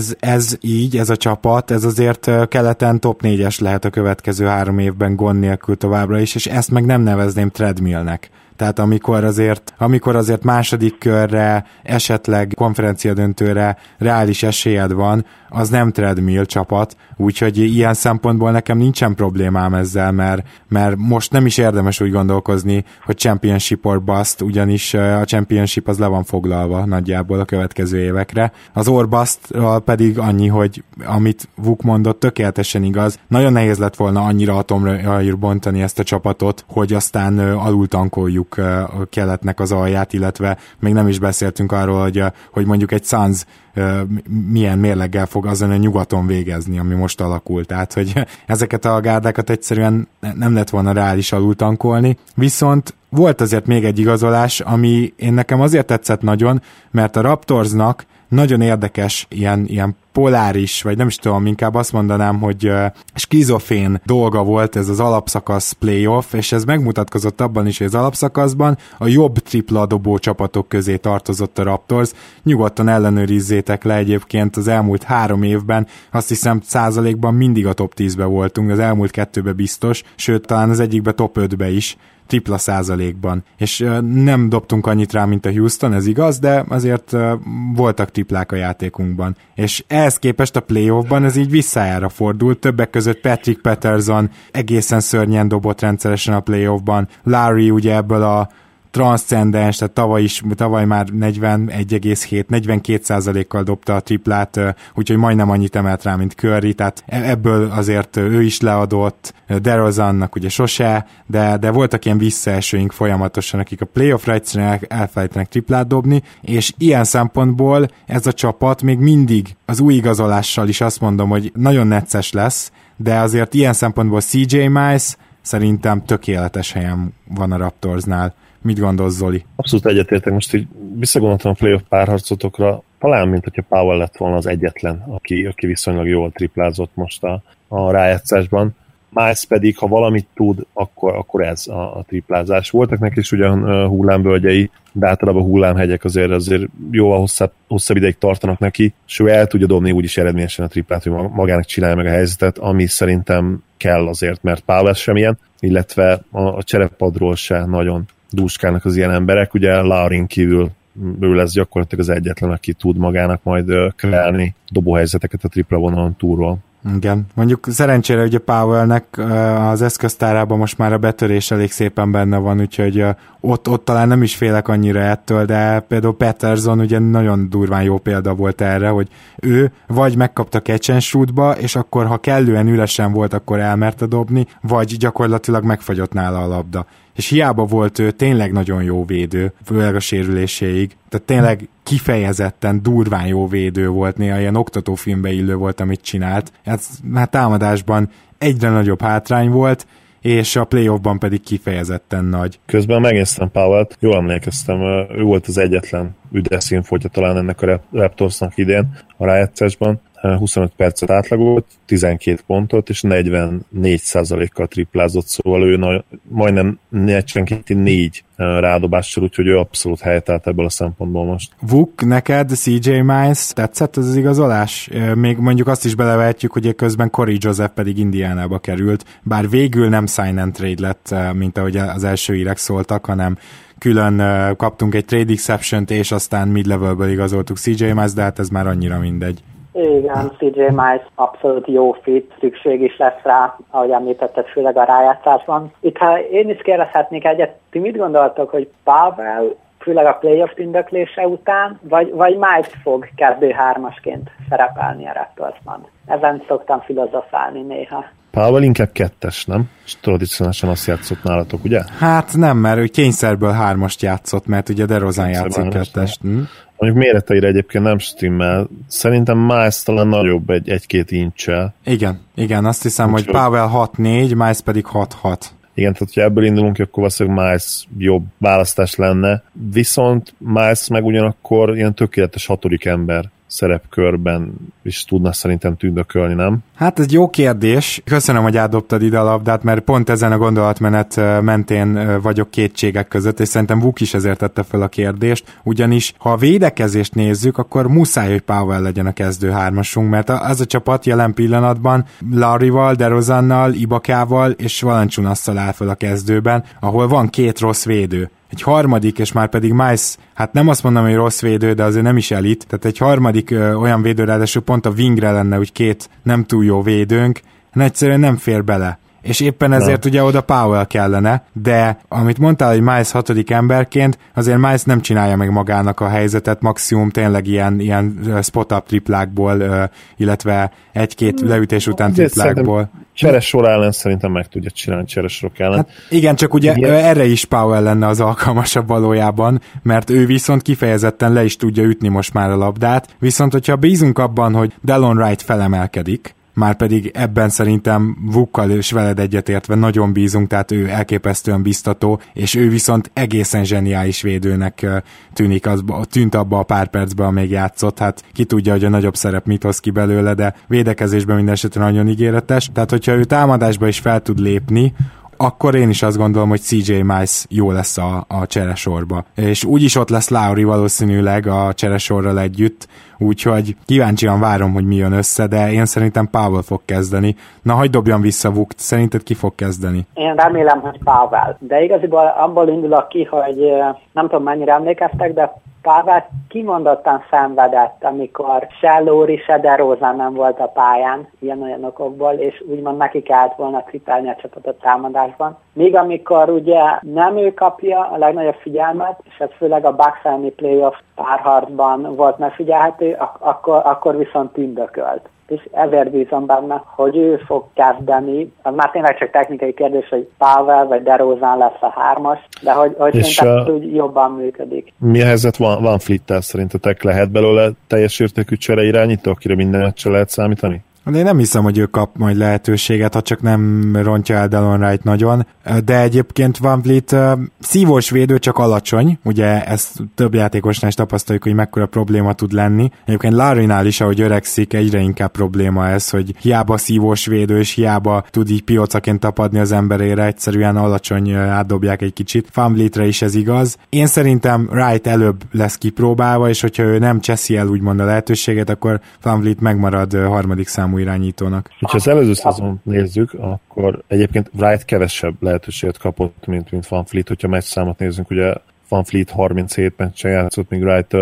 ez a csapat, ez azért keleten top 4-es lehet a következő 3 évben gond nélkül továbbra is, és ezt meg nem nevezném treadmillnek. Tehát amikor azért második körre, esetleg konferenciadöntőre reális esélyed van, az nem treadmill csapat, úgyhogy ilyen szempontból nekem nincsen problémám ezzel, mert most nem is érdemes úgy gondolkozni, hogy championship or bust, ugyanis a championship az le van foglalva nagyjából a következő évekre. Az or bust pedig annyi, hogy amit Vuk mondott, tökéletesen igaz. Nagyon nehéz lett volna annyira atomra bontani ezt a csapatot, hogy aztán alultankoljuk a keletnek az alját, illetve még nem is beszéltünk arról, hogy mondjuk egy Suns milyen mérleggel fog azon a nyugaton végezni, ami most alakult. Tehát, hogy ezeket a gárdákat egyszerűen nem lett volna reális alultankolni. Viszont volt azért még egy igazolás, ami nekem azért tetszett nagyon, mert a Raptorsnak nagyon érdekes ilyen poláris, vagy nem is tudom, inkább azt mondanám, hogy skizofrén dolga volt ez az alapszakasz playoff, és ez megmutatkozott abban is, hogy az alapszakaszban a jobb tripla dobó csapatok közé tartozott a Raptors. Nyugodtan ellenőrizzétek le egyébként az elmúlt 3 évben, azt hiszem százalékban mindig a top 10-be voltunk, az elmúlt 2-be biztos, sőt talán az egyikbe top 5-be is, tripla százalékban. És nem dobtunk annyit rá, mint a Houston, ez igaz, de azért voltak triplák a játékunkban. És ehhez képest a playoffban ez így visszájára fordult, többek között Patrick Patterson egészen szörnyen dobott rendszeresen a playoffban, Larry ugye ebből a transzcendens, tehát tavaly már 42%-kal dobta a triplát, úgyhogy majdnem annyit emelt rá, mint Curry, tehát ebből azért ő is leadott, DeRozannak ugye sose, de voltak ilyen visszaesőink folyamatosan, akik a playoffra egyszerűen elfelejtenek triplát dobni, és ilyen szempontból ez a csapat még mindig az új igazolással is azt mondom, hogy nagyon necces lesz, de azért ilyen szempontból CJ Miles szerintem tökéletes helyen van a Raptorsnál. Mit gondolsz, Zoli? Abszolút egyetértek. Most így visszagondoltam a playoff párharcotokra, talán mint hogyha Powell lett volna az egyetlen, aki viszonylag jól triplázott most a rájátszásban. Miles pedig, ha valamit tud, akkor ez a triplázás. Voltak neki is ugyan hullámvölgyei, de általában hullámhegyek azért jóval hosszabb ideig tartanak neki, és ő el tudja dobni úgyis eredményesen a triplát, hogy magának csinálja meg a helyzetet, ami szerintem kell azért, mert Powell sem ilyen, illetve a cserepadról se nagyon dúskálnak az ilyen emberek. Ugye Laurin kívül ő lesz gyakorlatilag az egyetlen, aki tud magának majd kreálni dobóhelyzeteket a tripla vonalon túlról. Igen. Mondjuk szerencsére ugye Powellnek az eszköztárában most már a betörés elég szépen benne van, úgyhogy ott talán nem is félek annyira ettől, de például Patterson ugye nagyon durván jó példa volt erre, hogy ő vagy megkapta catch and shootba, és akkor ha kellően üresen volt, akkor elmerte dobni, vagy gyakorlatilag megfagyott nála a labda. És hiába volt ő tényleg nagyon jó védő, főleg a sérüléséig, tehát tényleg kifejezetten durván jó védő volt, néha ilyen oktatófilmbe illő volt, amit csinált. Ez hát támadásban egyre nagyobb hátrány volt, és a playoffban pedig kifejezetten nagy. Közben megnéztem Powell-t, jól emlékeztem, ő volt az egyetlen üdes színfoltja talán ennek a Raptorsnak idén a rájátszásban. 25 percet átlagolt, 12 pontot, és 44%-kal triplázott, szóval ő majdnem 4 rádobással, úgyhogy ő abszolút helyet állt ebből a szempontból most. Vuk, neked CJ Miles tetszett ez az igazolás? Még mondjuk azt is belevehetjük, hogy közben Corey Joseph pedig Indiánába került, bár végül nem sign and trade lett, mint ahogy az első hírek szóltak, hanem külön kaptunk egy trade exception-t, és aztán mid-levelből igazoltuk CJ Miles, de hát ez már annyira mindegy. Igen, CJ Miles abszolút jó fit, szükség is lesz rá, ahogy említetted, főleg a rájátszásban. Itt ha én is kérdezhetnék egyet, ti mit gondoltok, hogy Powell, főleg a playoff tündöklése után, vagy Miles fog kezdő 3-asként szerepelni a Raptorsban? Ezen szoktam filozofálni néha. Powell inkább 2-es, nem? És tradicionálisan azt játszott nálatok, ugye? Hát nem, mert ő kényszerből 3-ast játszott, mert ugye DeRozan játszik 2-est. Mondjuk méreteire egyébként nem stimmel. Szerintem Miles talán nagyobb egy-két incsel. Igen, azt hiszem, hogy Powell 6-4, Miles pedig 6-6. Igen, tehát ha ebből indulunk, akkor valószínűleg Miles jobb választás lenne. Viszont Miles meg ugyanakkor ilyen tökéletes 6. ember szerepkörben is tudna szerintem tündökölni, nem? Hát ez jó kérdés. Köszönöm, hogy átdobtad ide a labdát, mert pont ezen a gondolatmenet mentén vagyok kétségek között, és szerintem Vuk is ezért tette fel a kérdést, ugyanis ha a védekezést nézzük, akkor muszáj, hogy Powell legyen a kezdő 3-asunk, mert az a csapat jelen pillanatban Larryval, DeRozannal, Ibakával és Valanciunasszal áll fel a kezdőben, ahol van 2 rossz védő. Egy harmadik, és már pedig Miles, hát nem azt mondom, hogy rossz védő, de azért nem is elit, tehát egy harmadik olyan védő, ráadásul pont a wingre lenne, úgy 2 nem túl jó védőnk, egyszerűen nem fér bele. És éppen ezért ugye oda Powell kellene, de amit mondtál, hogy Miles 6. emberként, azért Miles nem csinálja meg magának a helyzetet, maximum tényleg ilyen spot-up triplákból, illetve 1-2 leütés után triplákból. Cseresor ellen szerintem meg tudja csinálni cseresorok ellen. Hát igen, csak ugye erre is Powell lenne az alkalmasabb valójában, mert ő viszont kifejezetten le is tudja ütni most már a labdát, viszont hogyha bízunk abban, hogy Delon Wright felemelkedik, márpedig ebben szerintem Vukkal és veled egyetértve nagyon bízunk, tehát ő elképesztően biztató, és ő viszont egészen zseniális védőnek tűnt abba a pár percben, amíg játszott, hát ki tudja, hogy a nagyobb szerep mit hoz ki belőle, de védekezésben minden esetre nagyon ígéretes, tehát hogyha ő támadásba is fel tud lépni, akkor én is azt gondolom, hogy CJ Miles jó lesz a cseresorba. És úgyis ott lesz Lowry valószínűleg a cseresorral együtt, úgyhogy kíváncsian várom, hogy mi jön össze, de én szerintem Powell fog kezdeni. Na, hagyd dobjam vissza Vukt, szerinted ki fog kezdeni? Én remélem, hogy Powell. De igaziból abból indulok ki, hogy nem tudom, mennyire emlékeztek, de Powell kimondottan szenvedett, amikor se Lowry, se DeRozan nem volt a pályán ilyen-olyan okokból, és úgymond neki kellett volna tripelni a csapatot támadásban. Míg amikor ugye nem ő kapja a legnagyobb figyelmet, és ez főleg a Bucks elleni playoff párharcban volt megfigyelhető, akkor viszont tündökölt. És ezért bízom benne, hogy ő fog kezdeni. Az már tényleg csak technikai kérdés, hogy Powell vagy DeRozan lesz a 3-as, de hogy szerintem úgy jobban működik. Mi a helyzet Van Fleet-tel szerintetek? Lehet belőle teljes értékű csere irányító, akire minden meccsre lehet számítani? De én nem hiszem, hogy ő kap majd lehetőséget, ha csak nem rontja el Delon Wright nagyon, de egyébként Van Vliet szívós védő, csak alacsony, ugye ezt több játékosnál is tapasztaljuk, hogy mekkora probléma tud lenni. Egyébként Larrynál is, ahogy öregszik, egyre inkább probléma ez, hogy hiába szívós védő, és hiába tud így piócaként tapadni az emberére, egyszerűen alacsony, átdobják egy kicsit. Van Vlietre is ez igaz. Én szerintem Wright előbb lesz kipróbálva, és hogyha ő nem cseszi el úgymond a lehetőséget, akkor Van Vliet megmarad harmadik számú irányítónak. Ha az előző szezont nézzük, akkor egyébként Wright kevesebb lehetőséget kapott, mint Van Fleet, hogyha meccs számot nézzünk, ugye Van Fleet 37 meccsen játszott, míg Wright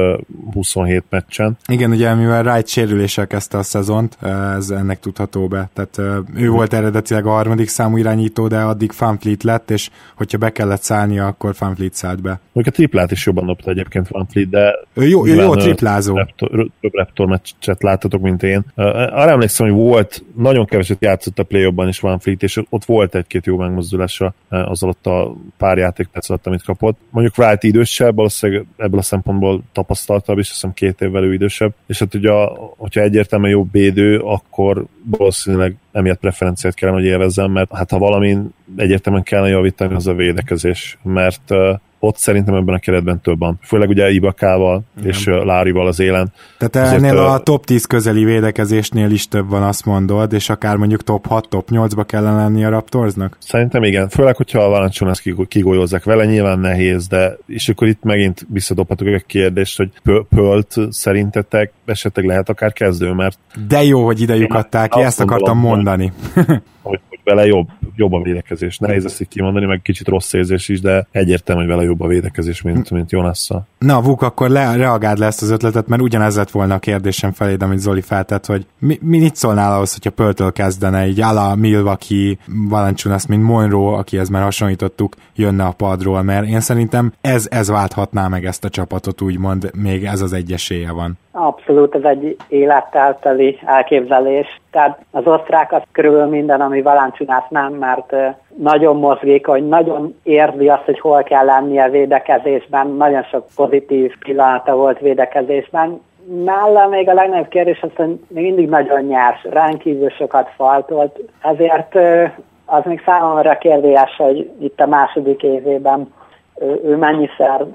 27 meccsen. Igen, ugye mivel Wright sérüléssel kezdte a szezont, ez ennek tudható be. Tehát ő volt eredetileg a harmadik számú irányító, de addig Van Fleet lett, és hogyha be kellett szállnia, akkor Van Fleet szállt be. Mondjuk a triplát is jobban dobta egyébként Van Fleet, de ő jó triplázó. Több Raptor meccset láttatok, mint én. Arra emlékszem, hogy volt, nagyon keveset játszott a play-offban is Van Fleet, és ott volt egy-két jó megmozdulása az alatt a pár játékperc alatt, amit kapott. Mondjuk Wright idősebb, valószínűleg ebből a szempontból tapasztaltabb, és azt hiszem 2 évvel ő idősebb, és hát ugye, hogyha egyértelműen jobb védő, akkor valószínűleg emiatt preferenciát kellene, hogy élvezzem, mert hát ha valamin egyértelműen kellene javítani, az a védekezés, mert ott szerintem ebben a keretben több van. Főleg ugye Ibakával és Lárival az élen. Tehát ennél a top 10 közeli védekezésnél is több van, azt mondod, és akár mondjuk top 6, top 8-ba kellene lenni a Raptorsnak? Szerintem igen. Főleg, hogyha a Valanciunas kigolyozzák vele, nyilván nehéz, de és akkor itt megint visszadobhatok egy kérdést, hogy Pearlt szerintetek esetleg lehet akár kezdő, mert... De jó, hogy ide lyukadták ki, ezt akartam mondani. Hogy vele jobb a védekezés. Nehéz ezt így kimondani, meg kicsit rossz érzés is, de egyértelmű, hogy vele jobb a védekezés, mint Jonasszal. Na, Vuk, akkor reagáld le ezt az ötletet, mert ugyanez lett volna a kérdésem feléd, amit Zoli feltett, hogy mit szólnál ahhoz, hogyha Pearl-től kezdene, így a Milwaukee, Valanciunas, mint Monroe, akihez már hasonlítottuk, jönne a padról, mert én szerintem ez válthatná meg ezt a csapatot, úgymond, még ez az egy esélye van. Abszolút, ez egy élettel teli elképzelés. Tehát az osztrák az körülbelül minden, ami Valanciunas nem, mert nagyon mozgékony, nagyon érzi azt, hogy hol kell lennie védekezésben, nagyon sok pozitív pillanata volt védekezésben. Nála még a legnagyobb kérdés az, hogy még mindig nagyon nyers, rendkívül sokat faltolt, ezért az még számomra kérdés, hogy itt a második évében ő mennyiszer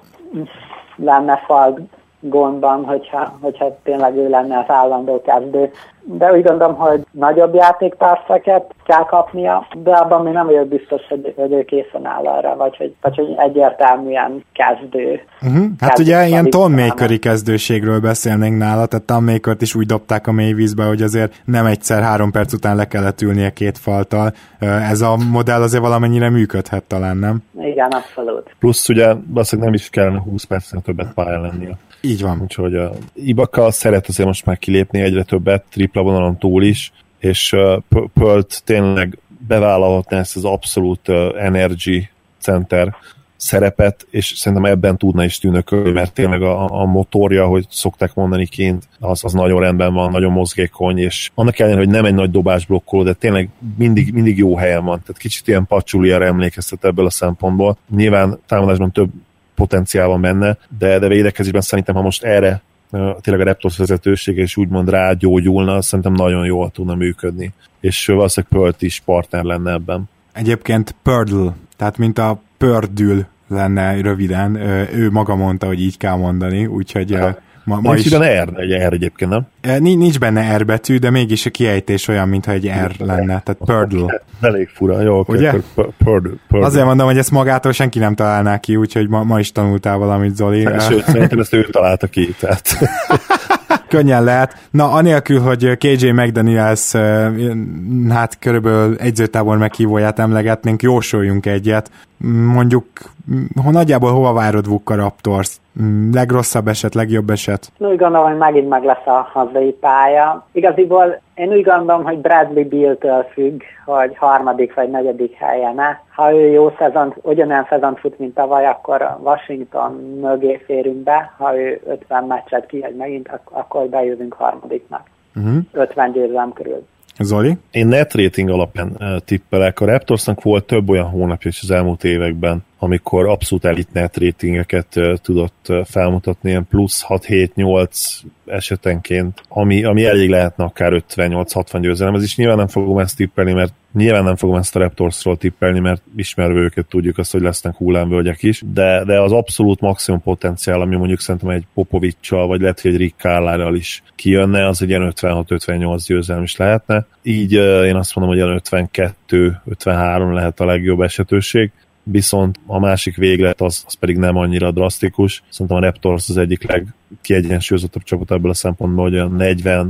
lenne fal gondban, hogyha tényleg ő lenne az állandó kezdő. De úgy gondolom, hogy nagyobb játékperceket kell kapnia, de abban még nem vagyok biztos, hogy ő készen áll arra, vagy hogy egyértelműen kezdő. Hát ugye ilyen Thon-Makeri kezdőségről beszélnénk nála, tehát Thon-Makert is úgy dobták a mélyvízbe, hogy azért nem egyszer 3 perc után le kellett ülnie 2 falttal. Ez a modell azért valamennyire működhet talán, nem? Igen, abszolút. Plusz ugye valószínűleg nem is kellene 20 percen többet pályán lennie. Így van. Úgyhogy Ibaka szeret azért most már kilépni egyre többet, tripla vonalon túl is, és Pearlt tényleg bevállalhatná ezt az abszolút energy center szerepet, és szerintem ebben tudna is tűnökölni, mert tényleg a motorja, hogy szokták mondani kint, az nagyon rendben van, nagyon mozgékony, és annak ellenére, hogy nem egy nagy dobásblokkoló, de tényleg mindig jó helyen van. Tehát kicsit ilyen Pachuliára emlékeztet ebből a szempontból. Nyilván támadásban több potenciál van benne, de védekezésben szerintem, ha most erre tényleg a Raptors vezetősége és úgymond rágyógyulna, szerintem nagyon jól tudna működni. És valószínűleg Pearl is partner lenne ebben. Egyébként Pördl, tehát mint a pördül lenne röviden, ő maga mondta, hogy így kell mondani, úgyhogy ma is... Benne R egyébként, nem? Nincs benne R betű, de mégis a kiejtés olyan, mintha egy R lenne, tehát Pördl. Elég fura, jó, ugye? Pördl. Azért mondom, hogy ezt magától senki nem találná ki, úgyhogy ma is tanultál valamit, Zoli. Sőt, szerintem ezt ő találta ki, tehát... Könnyen lehet. Na, anélkül, hogy KJ McDaniels hát körülbelül egyzőtábor meghívóját emlegetnénk, jósoljunk egyet. Mondjuk, nagyjából hova várod Vuk a Raptors? Legrosszabb eset, legjobb eset? Úgy gondolom, hogy megint meg lesz a hazai pálya. Igaziból én úgy gondolom, hogy Bradley Beal-től függ, hogy harmadik vagy negyedik helyen-e. Ha ő jó szezont, ugyanolyan szezont fut, mint tavaly, akkor Washington mögé férünk be. Ha ő 50 meccset kihagy megint, akkor bejövünk harmadiknak. 50 győzelem körül. Zoli? Én net rating alapján tippelek. A Raptorsnak volt több olyan hónapja is az elmúlt években, amikor abszolút elit net ratingeket tudott felmutatni, ilyen plusz 6-7-8 esetenként, ami elég lehetne akár 58-60 győzelem. Ez is nyilván nem fogom ezt tippelni, mert nyilván nem fogom ezt a Raptorsról tippelni, mert ismerve őket tudjuk azt, hogy lesznek hullámvölgyek is, de az abszolút maximum potenciál, ami mondjuk szerintem egy Popovic-sal, vagy lehet, hogy egy Rick Carlisle-ral is kijönne, az egy ilyen 56-58 győzelem is lehetne. Így én azt mondom, hogy ilyen 52-53 lehet a legjobb esetőség, viszont a másik véglet az pedig nem annyira drasztikus. Szerintem a Raptors az egyik legkiegyensúlyozottabb csapat ebből a szempontból, hogy olyan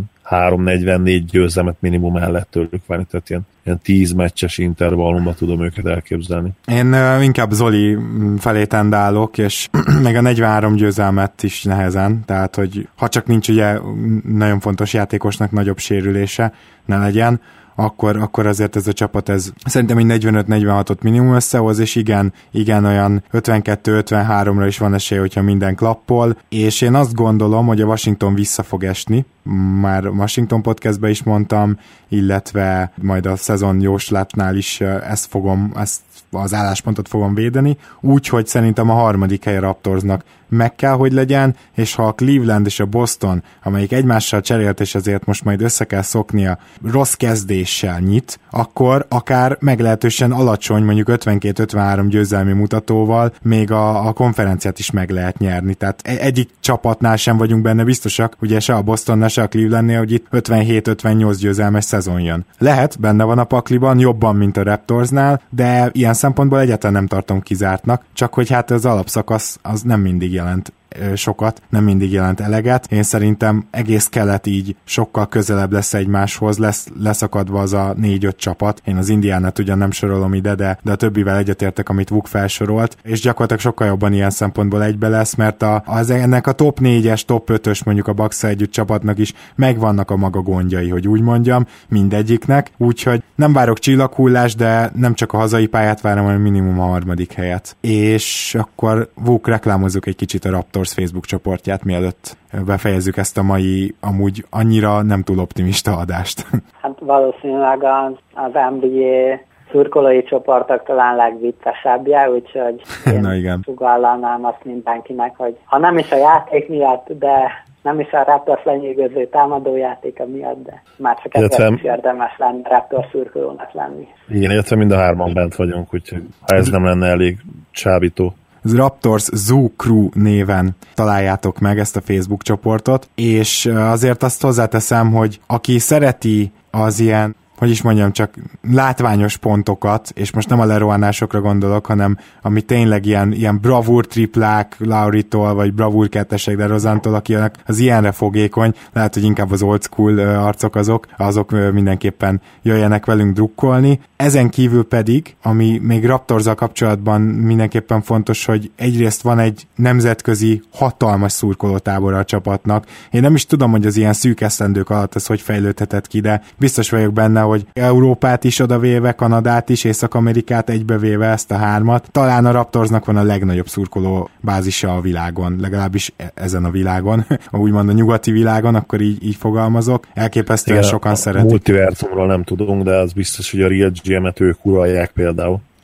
43-44 győzelmet minimum el lehet tőlük venni, tehát ilyen 10 meccses intervallumban tudom őket elképzelni. Én inkább Zoli felé tendálok, és meg a 43 győzelmet is nehezen, tehát hogy ha csak nincs ugye nagyon fontos játékosnak nagyobb sérülése ne legyen, akkor azért ez a csapat szerintem egy 45-46-ot minimum összehoz, és igen olyan 52-53-ra is van esély, hogyha minden klappol, és én azt gondolom, hogy a Washington vissza fog esni, már Washington podcastben is mondtam, illetve majd a szezon jóslátnál is ezt az álláspontot fogom védeni, úgyhogy szerintem a harmadik hely a Raptorsnak meg kell, hogy legyen, és ha a Cleveland és a Boston, amelyik egymással cserélt, és ezért most majd össze kell szoknia, rossz kezdéssel nyit, akkor akár meglehetősen alacsony, mondjuk 52-53 győzelmi mutatóval még a konferenciát is meg lehet nyerni. Tehát egyik csapatnál sem vagyunk benne biztosak, ugye se a Bostonnál, se a Clevelandnél, hogy itt 57-58 győzelmes szezon jön. Lehet, benne van a pakliban, jobban, mint a Raptorsnál, de ilyen szempontból egyáltalán nem tartom kizártnak, csak hogy hát az alapszakasz az nem mindig jelent sokat, nem mindig jelent eleget. Én szerintem egész kelet így sokkal közelebb lesz egymáshoz, leszakadva az a 4-5 csapat. Én az Indiánát ugyan nem sorolom ide, de a többivel egyetértek, amit Vuk felsorolt, és gyakorlatilag sokkal jobban ilyen szempontból egybe lesz, mert ennek a top 4-es, top 5-ös mondjuk a Bucks együtt csapatnak is megvannak a maga gondjai, hogy úgy mondjam, mindegyiknek, úgyhogy nem várok csillaghullást, de nem csak a hazai pályát várom, hanem minimum a harmadik helyet. És akkor Vuk, reklámozzuk egy kicsit a Raptors Facebook csoportját, mielőtt befejezzük ezt a mai, amúgy annyira nem túl optimista adást. Hát valószínűleg az NBA szurkolói csoportok talán legviccesebbje, úgyhogy én sugallannám azt mindenkinek, hogy ha nem is a játék miatt, de nem is a Raptors lenyűgöző támadójátéka miatt, de már csak ezzel is érdemes lenni Raptors szurkolónak lenni. Igen, illetve mind a hárman bent vagyunk, úgyhogy ha ez nem lenne elég csábító. Raptors Zoo Crew néven találjátok meg ezt a Facebook csoportot, és azért azt hozzáteszem, hogy aki szereti az ilyen, hogy is mondjam, csak látványos pontokat, és most nem a lerohanásokra gondolok, hanem ami tényleg ilyen bravúr triplák Lauritól, vagy bravúr kettesek DeRozantól, akinek az ilyenre fogékony, lehet, hogy inkább az old school arcok azok mindenképpen jöjjenek velünk drukkolni. Ezen kívül pedig, ami még Raptorzzal kapcsolatban mindenképpen fontos, hogy egyrészt van egy nemzetközi hatalmas szurkolótábora a csapatnak. Én nem is tudom, hogy az ilyen szűk esztendők alatt ez hogy fejlődhetett ki, de biztos vagyok benne, hogy Európát is odavéve, Kanadát is, Észak-Amerikát egybevéve ezt a hármat. Talán a Raptorsnak van a legnagyobb szurkoló bázisa a világon, legalábbis ezen a világon. Úgymond a nyugati világon, akkor így fogalmazok. Elképesztően sokan szeretik. Multiverzumról nem tudunk, de az biztos, hogy a Real GM-et ők uralják például.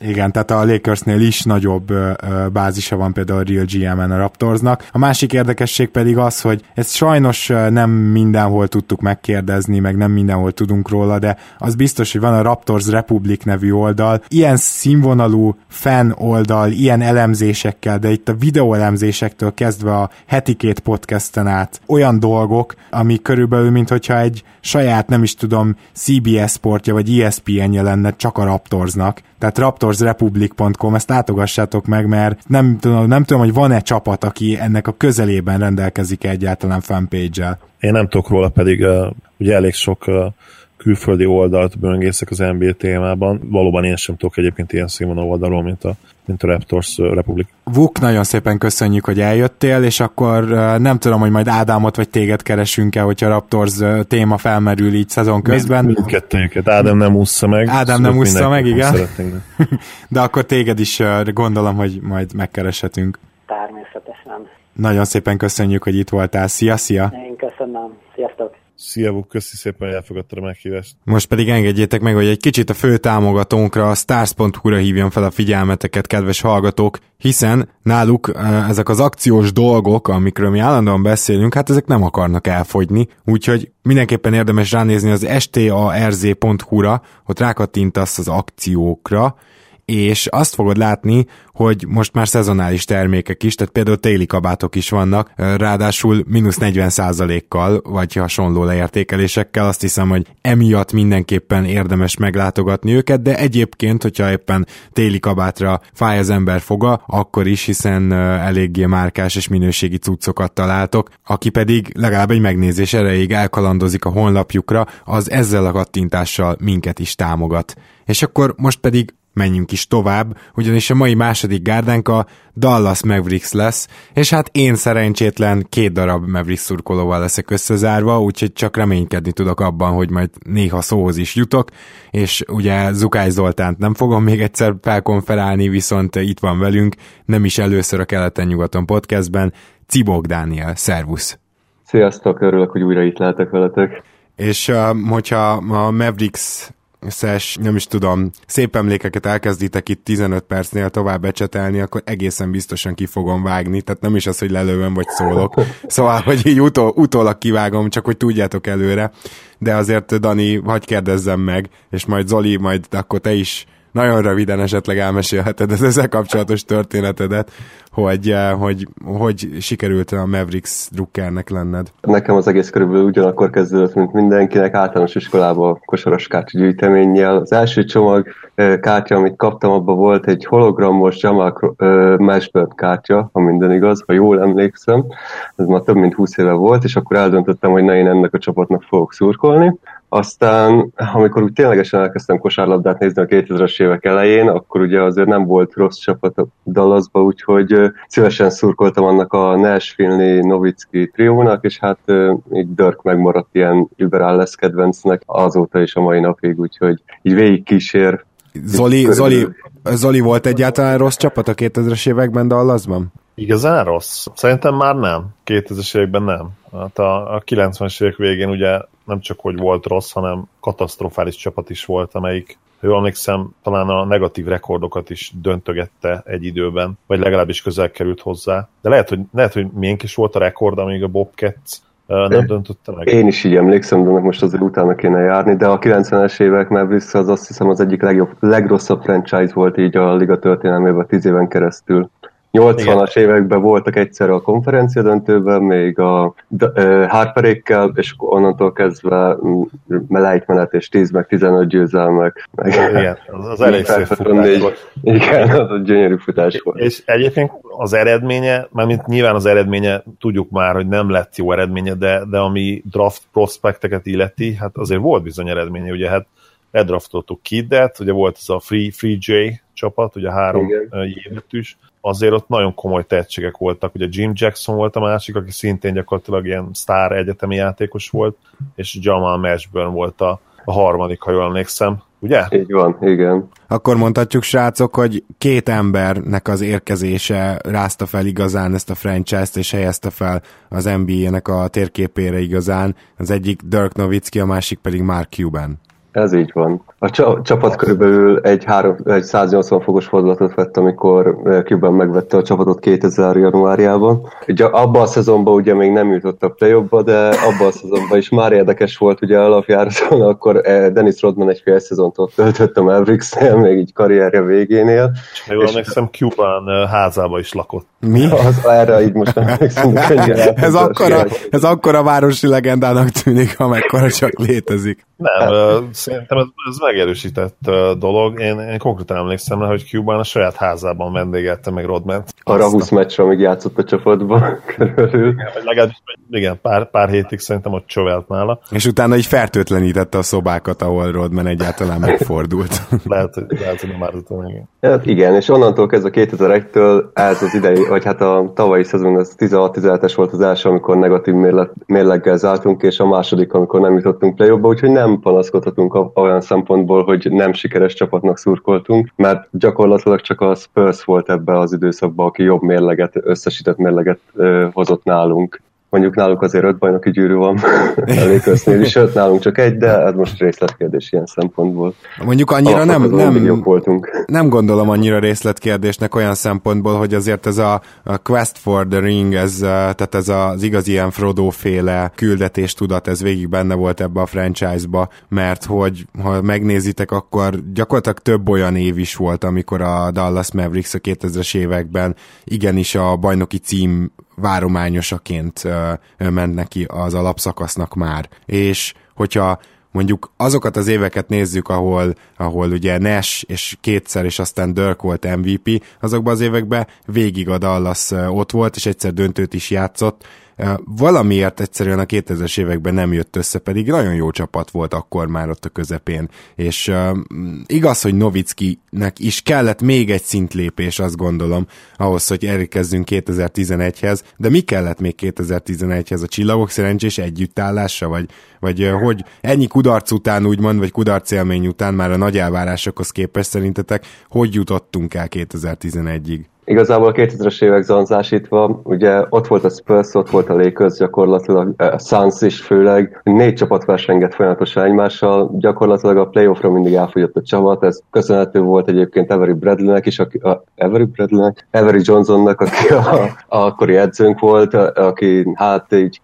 Igen, tehát a Lakersnél is nagyobb bázisa van például a Real GM-en a Raptorsnak. A másik érdekesség pedig az, hogy ezt sajnos nem mindenhol tudtuk megkérdezni, meg nem mindenhol tudunk róla, de az biztos, hogy van a Raptors Republic nevű oldal, ilyen színvonalú fan oldal, ilyen elemzésekkel, de itt a videóelemzésektől kezdve a heti 2 podcasten át olyan dolgok, ami körülbelül, mint hogyha egy saját, nem is tudom, CBS Sportja vagy ESPN-je lenne csak a Raptorsnak. Tehát raptorsrepublic.com, ezt látogassátok meg, mert nem tudom, hogy van-e csapat, aki ennek a közelében rendelkezik egyáltalán fanpage-el. Én nem tudok róla, pedig ugye elég sok külföldi oldalt böngészek az NBA témában. Valóban én sem tudok egyébként ilyen színvonalú oldalról, mint a Raptors Republic. Vuk, nagyon szépen köszönjük, hogy eljöttél, és akkor nem tudom, hogy majd Ádámot vagy téged keresünk-e, hogyha Raptors téma felmerül így szezon közben. Mindkettőjüket. Ádám nem ússza meg. Ádám nem ússza meg, igen. De akkor téged is gondolom, hogy majd megkereshetünk. Természetesen. Nagyon szépen köszönjük, hogy itt voltál. Szia! Én köszönöm. Sziasztok! Szia, Vuk, köszi szépen, hogy elfogadtad a meghívást. Most pedig engedjétek meg, hogy egy kicsit a fő támogatónkra, a stars.hu-ra hívjam fel a figyelmeteket, kedves hallgatók, hiszen náluk ezek az akciós dolgok, amikről mi állandóan beszélünk, hát ezek nem akarnak elfogyni, úgyhogy mindenképpen érdemes ránézni az starz.hu-ra, ott rákattintasz az akciókra, és azt fogod látni, hogy most már szezonális termékek is, tehát például téli kabátok is vannak, ráadásul -40%-kal, vagy hasonló leértékelésekkel, azt hiszem, hogy emiatt mindenképpen érdemes meglátogatni őket, de egyébként, hogyha éppen téli kabátra fáj az ember foga, akkor is, hiszen eléggé márkás és minőségi cuccokat találtok, aki pedig legalább egy megnézés erejéig elkalandozik a honlapjukra, az ezzel a kattintással minket is támogat. És akkor most pedig menjünk is tovább, ugyanis a mai második gárdánk a Dallas Mavericks lesz, és hát én szerencsétlen 2 darab Mavericks szurkolóval leszek összezárva, úgyhogy csak reménykedni tudok abban, hogy majd néha szóhoz is jutok, és ugye Zukály Zoltánt nem fogom még egyszer felkonferálni, viszont itt van velünk, nem is először a Keleten-nyugaton podcastben, Cibók Dániel, szervusz! Sziasztok, örülök, hogy újra itt lehetek veletek. És hogyha a Mavericks nem is tudom, szép emlékeket elkezditek itt 15 percnél tovább becsetelni, akkor egészen biztosan ki fogom vágni, tehát nem is az, hogy lelövöm vagy szólok. Szóval, hogy így utólag kivágom, csak hogy tudjátok előre. De azért, Dani, hagyj kérdezzem meg, és majd Zoli, majd akkor te is nagyon röviden esetleg elmesélheted ezzel kapcsolatos történetedet, hogy sikerült a Mavericks drukkernek lenned. Nekem az egész körülbelül ugyanakkor kezdődött, mint mindenkinek, általános iskolában kosaras kártya gyűjteménnyel. Az első csomag kártya, amit kaptam, abban volt egy hologramos Jamal Mashburn kártya, ha minden igaz, ha jól emlékszem. Ez már több mint 20 éve volt, és akkor eldöntöttem, hogy én ennek a csapatnak fogok szurkolni. Aztán, amikor úgy ténylegesen elkezdtem kosárlabdát nézni a 2000-es évek elején, akkor ugye azért nem volt rossz csapat a Dallasba, úgyhogy szívesen szurkoltam annak a Nashville-Nowitzki triónak, és hát így Dirk megmaradt ilyen überállesz kedvencnek azóta is a mai napig, úgyhogy így végig kísér. Zoli volt egyáltalán rossz csapat a 2000-es években Dallasban? Igazán rossz? Szerintem már nem. 2000-es években nem. Hát a 90-es évek végén ugye nem csak hogy volt rossz, hanem katasztrofális csapat is volt, amelyik, ha jól emlékszem, talán a negatív rekordokat is döntögette egy időben, vagy legalábbis közel került hozzá. De lehet, hogy miénk is volt a rekord, amíg a Bobcats nem döntötte meg. Én is így emlékszem, de most azért utána kéne járni, de a 90-es évek Mavericks az azt hiszem az egyik legrosszabb franchise volt így a liga történelmében 10 éven keresztül. 80-as években voltak egyszerre a konferencia döntőben, még a Harperékkel, és onnantól kezdve lejtmenet és 10-15 győzelmek. Igen, az elég szép futás volt. Igen, az a gyönyörű futás volt. És egyébként az eredménye, mármint nyilván az eredménye, tudjuk már, hogy nem lett jó eredménye, de ami draft prospekteket illeti, hát azért volt bizony eredménye, ugye hát ledraftoltuk Kiddet, ugye volt ez a Free J csapat, ugye 3 J-betűs, azért ott nagyon komoly tehetségek voltak, ugye Jim Jackson volt a másik, aki szintén gyakorlatilag ilyen sztár egyetemi játékos volt, és Jamal Mashburn volt a harmadik, ha jól emlékszem, ugye? Így van, igen. Akkor mondhatjuk, srácok, hogy 2 embernek az érkezése rázta fel igazán ezt a franchise-t, és helyezte fel az NBA-nek a térképére igazán. Az egyik Dirk Nowitzki, a másik pedig Mark Cuban. Ez így van. A csapat körülbelül egy 180 fokos fordulatot vett, amikor Cuban megvette a csapatot 2000 januárjában. Ugye abban a szezonban ugye még nem jutott a play-offba, de abban a szezonban is már érdekes volt ugye alapjáraton, akkor Dennis Rodman egy fél szezont ott töltött a Mavericks-nél, még így karrierje végénél. És jól emlékszem, Cuban házába is lakott. Mi? Erre így most nem emlékszem. Ez akkora városi legendának tűnik, amekkora csak létezik. Nem, szerintem ez megerősített dolog. Én konkrétan emlékszem rá, hogy Cuban a saját házában vendégelte meg Rodmant. Arra 20 meccsre, amíg játszott a csapatban körülbelül. Legalábbis igen, pár hétig szerintem ott csövelt nála. És utána így fertőtlenítette a szobákat, ahol Rodman egyáltalán megfordult. lehet, hogy nem már utána, igen. Hát igen, és onnantól kezdve 2001-től ez az idei, vagy hát a tavalyi szezon, ez 16-17-es volt az első, amikor negatív mérleggel zártunk, és a második, amikor nem jutottunk play-offba, úgyhogy nem panaszkodhatunk olyan szempontból, hogy nem sikeres csapatnak szurkoltunk, mert gyakorlatilag csak a Spurs volt ebbe az időszakban, aki jobb mérleget, összesített mérleget hozott nálunk. Mondjuk náluk azért 5 bajnoki gyűrű van, elég köznél is, sőt nálunk csak egy, de ez most részletkérdés ilyen szempontból. Mondjuk annyira nem gondolom annyira részletkérdésnek olyan szempontból, hogy azért ez a Quest for the Ring, tehát ez az igazi ilyen Frodo-féle küldetéstudat, ez végig benne volt ebbe a franchise-ba, mert hogy ha megnézitek, akkor gyakorlatilag több olyan év is volt, amikor a Dallas Mavericks a 2000-es években igenis a bajnoki cím várományosaként ment neki az alapszakasznak már. És hogyha mondjuk azokat az éveket nézzük, ahol ugye Nash és kétszer, és aztán Dirk volt MVP, azokban az években végig a Dallas ott volt, és egyszer döntőt is játszott. Valamiért egyszerűen a 2000-es években nem jött össze, pedig nagyon jó csapat volt akkor már ott a közepén, és igaz, hogy Nowitzkinek is kellett még egy szintlépés, azt gondolom, ahhoz, hogy elkezdünk 2011-hez, de mi kellett még 2011-hez? A csillagok szerencsés együttállása, vagy hogy ennyi kudarc után úgymond, vagy kudarc élmény után már a nagy elvárásokhoz képest szerintetek, hogy jutottunk el 2011-ig? Igazából a 2000-es évek zanzásítva, ugye ott volt a Spurs, ott volt a Lakers gyakorlatilag, a Suns is főleg, 4 csapat versengett folyamatosan egymással, gyakorlatilag a playoffra mindig elfogyott a csapat, ez köszönhető volt egyébként Avery Bradleynek is, Avery Johnsonnak, aki a akkori edzőnk volt, aki hát így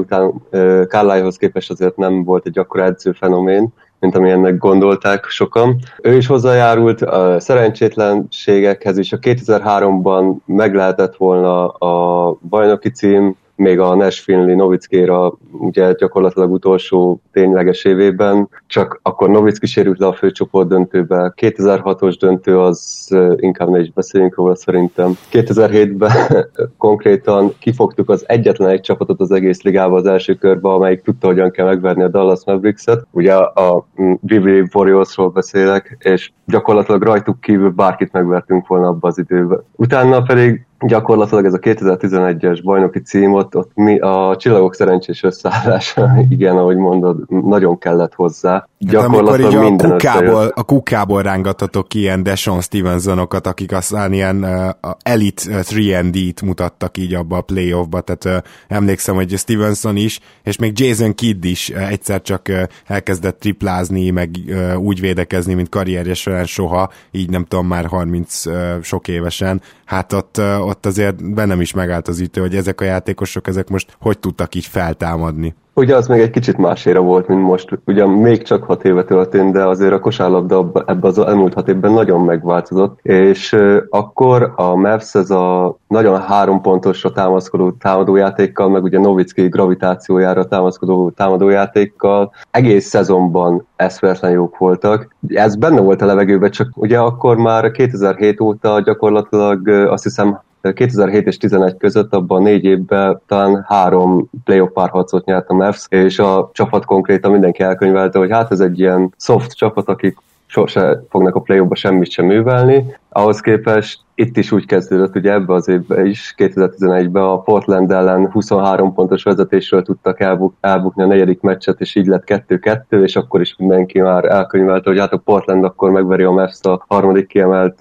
Carlislehoz képest azért nem volt egy akkora edzőfenomén, mint amilyennek gondolták sokan. Ő is hozzájárult a szerencsétlenségekhez is. A 2003-ban meg lehetett volna a bajnoki cím, még a Nash Finley Nowitzki-ra ugye gyakorlatilag utolsó tényleges évében, csak akkor Nowitzki sérült le a főcsoport döntőbe. 2006-os döntő az inkább ne is beszéljünk róla szerintem. 2007-ben konkrétan kifogtuk az egyetlen egy csapatot az egész ligában az első körben, amelyik tudta, hogyan kell megverni a Dallas Mavericks-et. Ugye a Vivi Warriorsról beszélek, és gyakorlatilag rajtuk kívül bárkit megvertünk volna abban az időben. Utána pedig gyakorlatilag ez a 2011-es bajnoki cím, ott mi a csillagok szerencsés összeállása, igen, ahogy mondod, nagyon kellett hozzá. Gyakorlatilag hát minden a kukából rángattatok ki ilyen Deshaun Stevensonokat, akik aztán ilyen Elite 3&D-t mutattak így abba a playoffba, tehát emlékszem, hogy Stevenson is, és még Jason Kidd is egyszer csak elkezdett triplázni, meg úgy védekezni, mint karrierje során soha, így nem tudom, már 30 sok évesen. Hát ott azért bennem is megállt az ütő, hogy ezek a játékosok, ezek most hogy tudtak így feltámadni. Ugye az még egy kicsit más ére volt, mint most. Ugye még csak 6 éve történt, de azért a kosárlabda ebben az elmúlt 6 évben nagyon megváltozott. És akkor a Mavs ez a nagyon 3 pontosra támaszkodó támadójátékkal, meg ugye Nowitzki gravitációjára támaszkodó támadójátékkal egész szezonban eszméletlen jók voltak. Ez benne volt a levegőben, csak ugye akkor már 2007 óta gyakorlatilag azt hiszem 2007 és 2011 között abban a 4 évben talán 3 playoff párharcot nyert a Mavs, és a csapat konkrétan mindenki elkönyvelte, hogy hát ez egy ilyen soft csapat, akik sose fognak a playoffba semmit sem művelni. Ahhoz képest itt is úgy kezdődött, ugye ebbe az évben is, 2011-ben a Portland ellen 23 pontos vezetésről tudtak elbukni a 4. meccset, és így lett 2-2, és akkor is mindenki már elkönyvelte, hogy hát a Portland akkor megveri a Mavs a 3. kiemelt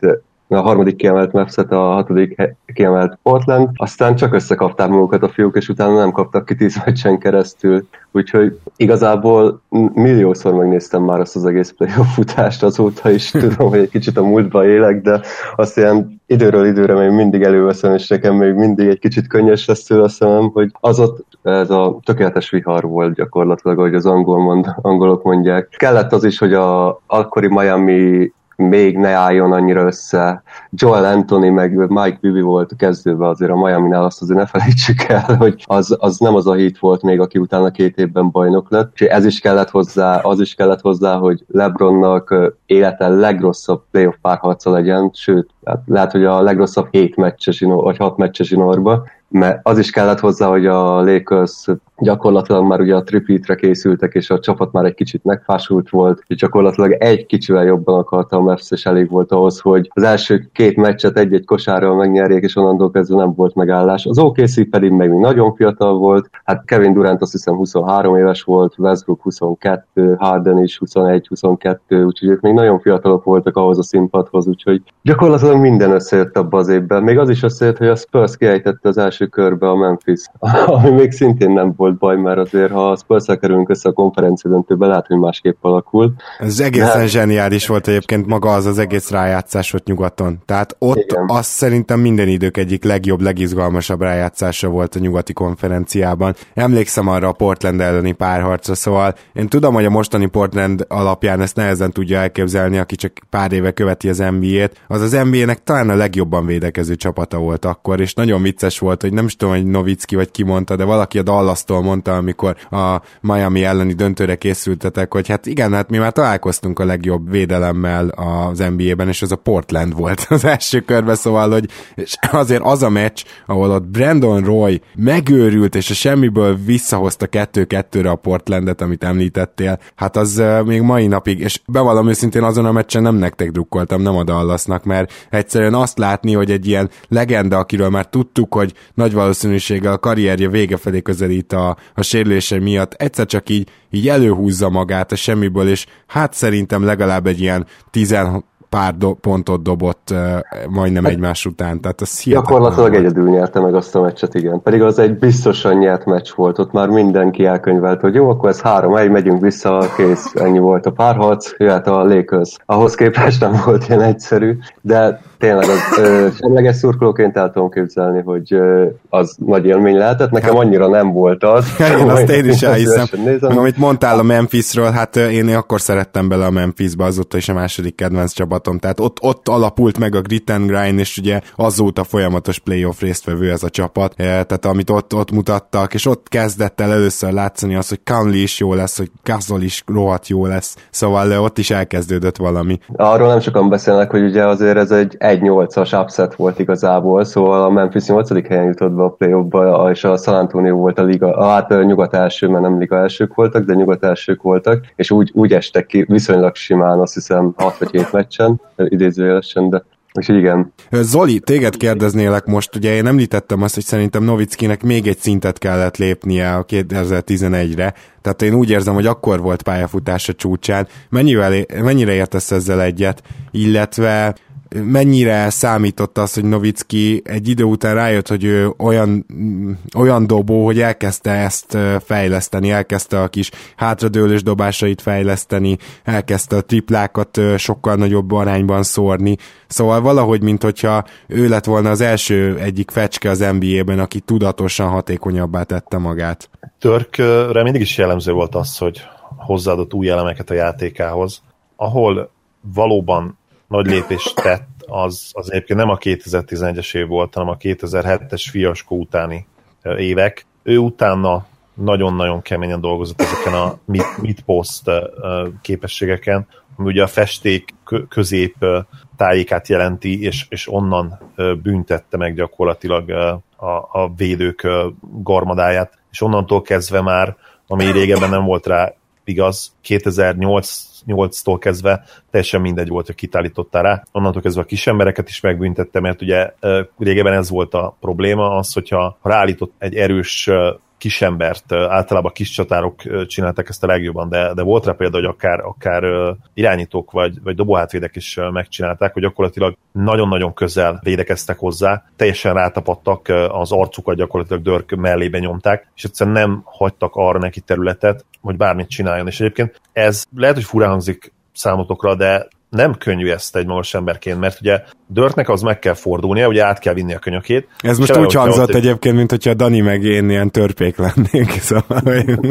a harmadik kiemelt Mavs-et, a hatodik kiemelt Portland, aztán csak összekapták magukat a fiúk, és utána nem kaptak ki 10 meccsen keresztül. Úgyhogy igazából milliószor megnéztem már azt az egész playoff futást azóta is, tudom, hogy egy kicsit a múltba élek, de azt ilyen időről időre még mindig előveszem, és nekem még mindig egy kicsit könnyes lesz tőle a szemem, hogy az ott ez a tökéletes vihar volt gyakorlatilag, ahogy az angolok mondják. Kellett az is, hogy a akkori Miami még ne álljon annyira össze. Joel Anthony meg Mike Bibby volt a kezdőben azért a Miami-nál, azt azért ne felejtsük el, hogy az nem az a Heat volt még, aki utána 2 évben bajnok lett. És ez is kellett hozzá, az is kellett hozzá, hogy LeBronnak élete legrosszabb playoff párharca legyen, sőt, lehet, hogy a legrosszabb 7 meccses vagy 6 meccses inorba, mert az is kellett hozzá, hogy a Lakers gyakorlatilag már ugye a triplitre készültek, és a csapat már egy kicsit megfásult volt, és gyakorlatilag egy kicsivel jobban akarta a Mavs, és elég volt ahhoz, hogy az első 2 meccset egy-egy kosárral megnyerjék, és onnantól kezdve nem volt megállás. Az OKC pedig meg még nagyon fiatal volt, hát Kevin Durant azt hiszem 23 éves volt, Westbrook 22, Harden is 21-22, úgyhogy ők még nagyon fiatalok voltak ahhoz a színpadhoz, úgyhogy gyakorlatilag minden összejött abba az évben. Még az is összejött, hogy a Spurs kiejtette az első körbe a Memphis, ami még szintén nem volt baj, mert azért, ha a Spurs-szel kerülünk össze a konferencia döntőbe, lehet, hogy másképp alakul. Ez egészen zseniális volt egyébként maga az egész rájátszás ott nyugaton. Tehát ott igen. Az szerintem minden idők egyik legjobb, legizgalmasabb rájátszása volt a nyugati konferenciában. Emlékszem arra a Portland elleni párharcra, szóval én tudom, hogy a mostani Portland alapján ezt nehezen tudja elképzelni, aki csak pár éve követi az NBA-t. Az NBA-nek talán a legjobban védekező csapata volt akkor, és nagyon vicces volt, hogy nem is tudom, hogy Nowitzki vagy ki mondta, de valaki a Dallas-tól mondta, amikor a Miami elleni döntőre készültetek, hogy hát igen, hát mi már találkoztunk a legjobb védelemmel az NBA-ben, és az a Portland volt az első körben, szóval, hogy és azért az a meccs, ahol ott Brandon Roy megőrült, és a semmiből visszahozta 2-2-re a Portlandet, amit említettél, hát az még mai napig, és bevallom őszintén azon a meccsen nem nektek drukkoltam, nem a Dallasnak, mert egyszerűen azt látni, hogy egy ilyen legenda, akiről már tudtuk, hogy nagy valószínűséggel a karrierje vége felé közelít a sérülése miatt, egyszer csak így előhúzza magát a semmiből, és hát szerintem legalább egy ilyen 10 pár pontot dobott majdnem egymás után, tehát az hihetetlen. Gyakorlatilag egyedül nyerte meg azt a meccset, igen. Pedig az egy biztosan nyert meccs volt, ott már mindenki elkönyvelt, hogy jó, akkor ez 3-1, megyünk vissza, kész, ennyi volt a párharc, jöhet a Lakers. Ahhoz képest nem volt ilyen egyszerű, de tényleg az semleges szurkolóként el tudom képzelni, hogy az nagy élmény lehetett. Nekem annyira nem volt az. Igen, azt én is elhiszem. Amit mondtál a Memphisről, hát én akkor szerettem bele a Memphisbe, azóta is a második kedvenc csapatom. Tehát ott alapult meg a grit and grind, és ugye azóta folyamatos playoff résztvevő ez a csapat. Tehát amit ott mutattak, és ott kezdett el először látszani az, hogy Conley is jó lesz, hogy Gasol is rohadt jó lesz. Szóval ott is elkezdődött valami. Arról nem sokan beszélnek, hogy ugye azért ez egy 1-8-as upset volt igazából, szóval a Memphis 8. helyen jutott be a play-offba, és a San Antonio volt a liga, hát nyugat első, mert nem liga elsők voltak, de nyugat elsők voltak, és úgy estek ki viszonylag simán, azt hiszem 6 vagy 7 meccsen, idézőjelesen, de úgyhogy igen. Zoli, téged kérdeznélek most, ugye én említettem azt, hogy szerintem Nowitzkinek még egy szintet kellett lépnie a 2011-re, tehát én úgy érzem, hogy akkor volt pályafutása csúcsán. Mennyire értesz ezzel egyet, illetve mennyire számított az, hogy Nowitzki egy idő után rájött, hogy ő olyan dobó, hogy elkezdte ezt fejleszteni, elkezdte a kis hátradőlős dobásait fejleszteni, elkezdte a triplákat sokkal nagyobb arányban szórni. Szóval valahogy, minthogyha ő lett volna az első egyik fecske az NBA-ben, aki tudatosan hatékonyabbá tette magát. Törkre mindig is jellemző volt az, hogy hozzáadott új elemeket a játékához, ahol valóban nagy lépést tett, az egyébként nem a 2011-es év volt, hanem a 2007-es fiaskó utáni évek. Ő utána nagyon-nagyon keményen dolgozott ezeken a mid-post képességeken, ami ugye a festék közép tájékát jelenti, és onnan büntette meg gyakorlatilag a védők garmadáját, és onnantól kezdve már, ami régebben nem volt rá igaz, 2008-tól kezdve teljesen mindegy volt, hogy kitállítottál rá. Onnantól kezdve a kis embereket is megbüntette, mert ugye régebben ez volt a probléma, az, hogyha ráállított egy erős kisembert, általában kis csatárok csinálták ezt a legjobban, de volt rá példa, hogy akár irányítók vagy dobóhátvédek is megcsinálták, hogy gyakorlatilag nagyon-nagyon közel védekeztek hozzá, teljesen rátapadtak, az arcukat gyakorlatilag Dirk mellébe nyomták, és egyszerűen nem hagytak arra neki területet, hogy bármit csináljon. És egyébként ez lehet, hogy furán hangzik számotokra, de nem könnyű ezt egy magas emberként, mert ugye Dirknek az meg kell fordulnia, ugye át kell vinni a könyökét. Ez most úgy hangzott egyébként, mint hogyha Dani meg én ilyen törpék lennénk, szóval.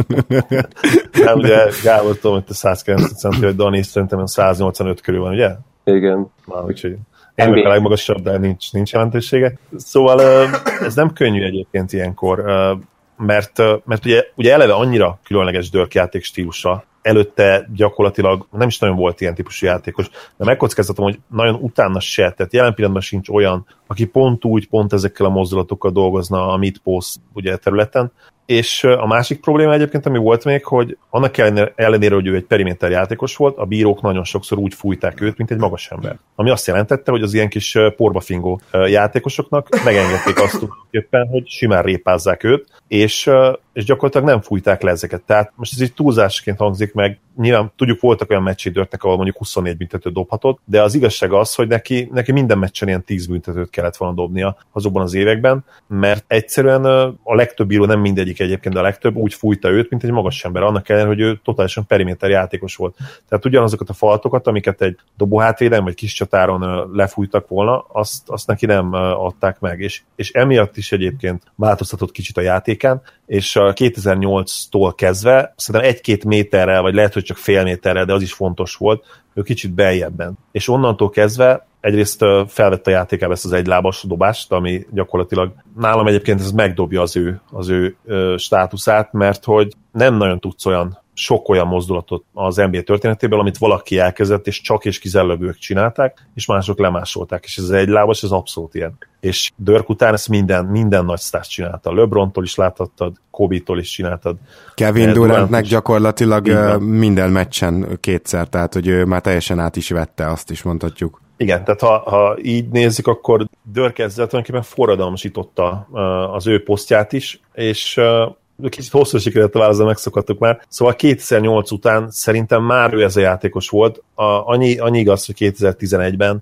Hát ugye Gábor tudom, hogy te 190 centi, vagy Dani szerintem 185 körül van, ugye? Igen. Már úgyhogy én meg a legmagasabb, de nincs jelentősége. Szóval ez nem könnyű egyébként ilyenkor, mert ugye eleve annyira különleges Dirk játék stílusa, előtte gyakorlatilag nem is nagyon volt ilyen típusú játékos, de megkockáztatom, hogy nagyon utána se, tehát jelen pillanatban sincs olyan, aki pont ezekkel a mozdulatokkal dolgozna a mid-post ugye területen, és a másik probléma egyébként, ami volt még, hogy annak ellenére, hogy ő egy periméter játékos volt, a bírók nagyon sokszor úgy fújták őt, mint egy magas ember. Ami azt jelentette, hogy az ilyen kis porbafingó játékosoknak megengedték azt tulajdonképpen, hogy simán répázzák őt, és gyakorlatilag nem fújták le ezeket. Tehát most ez így túlzásként hangzik meg, nyilván tudjuk, voltak olyan meccsé Dirknek, ahol mondjuk 24 büntetőt dobhatott, de az igazság az, hogy neki minden meccsen ilyen 10 büntetőt kellett volna dobnia azokban az években, mert egyszerűen a legtöbb bíró, nem mindegyik egyébként, de a legtöbb úgy fújta őt, mint egy magas ember, annak ellenére, hogy ő totálisan periméter játékos volt. Tehát ugyanazokat a falatokat, amiket egy dobóhátvéden vagy kis csatáron lefújtak volna, azt neki nem adták meg, és emiatt is egyébként változtatott kicsit a játékán, és 2008-tól kezdve szerintem 1-2 méterrel, vagy lehet, hogy csak fél méterrel, de az is fontos volt, ő kicsit beljebben. És onnantól kezdve egyrészt felvette a játékába ezt az egylábas dobást, ami gyakorlatilag nálam egyébként ez megdobja az ő státuszát, mert hogy nem nagyon tudsz sok olyan mozdulatot az NBA történetéből, amit valaki elkezdett, és csak és kizárólag ők csinálták, és mások lemásolták, és ez az egylábas, ez abszolút ilyen. És Dirk után ezt minden nagy sztárt csinálta. LeBrontól is láthattad, Kobe-tól is csináltad. Kevin Durantnek gyakorlatilag minden meccsen kétszer, tehát hogy ő már teljesen át is vette, azt is mondhatjuk. Igen, tehát ha így nézzük, akkor Dirk ezzel tulajdonképpen forradalmasította az ő posztját is, és kicsit hosszú sikerült a válaszra, megszokhattuk már. Szóval 2008 után szerintem már ő ez a játékos volt. Annyi igaz, hogy 2011-ben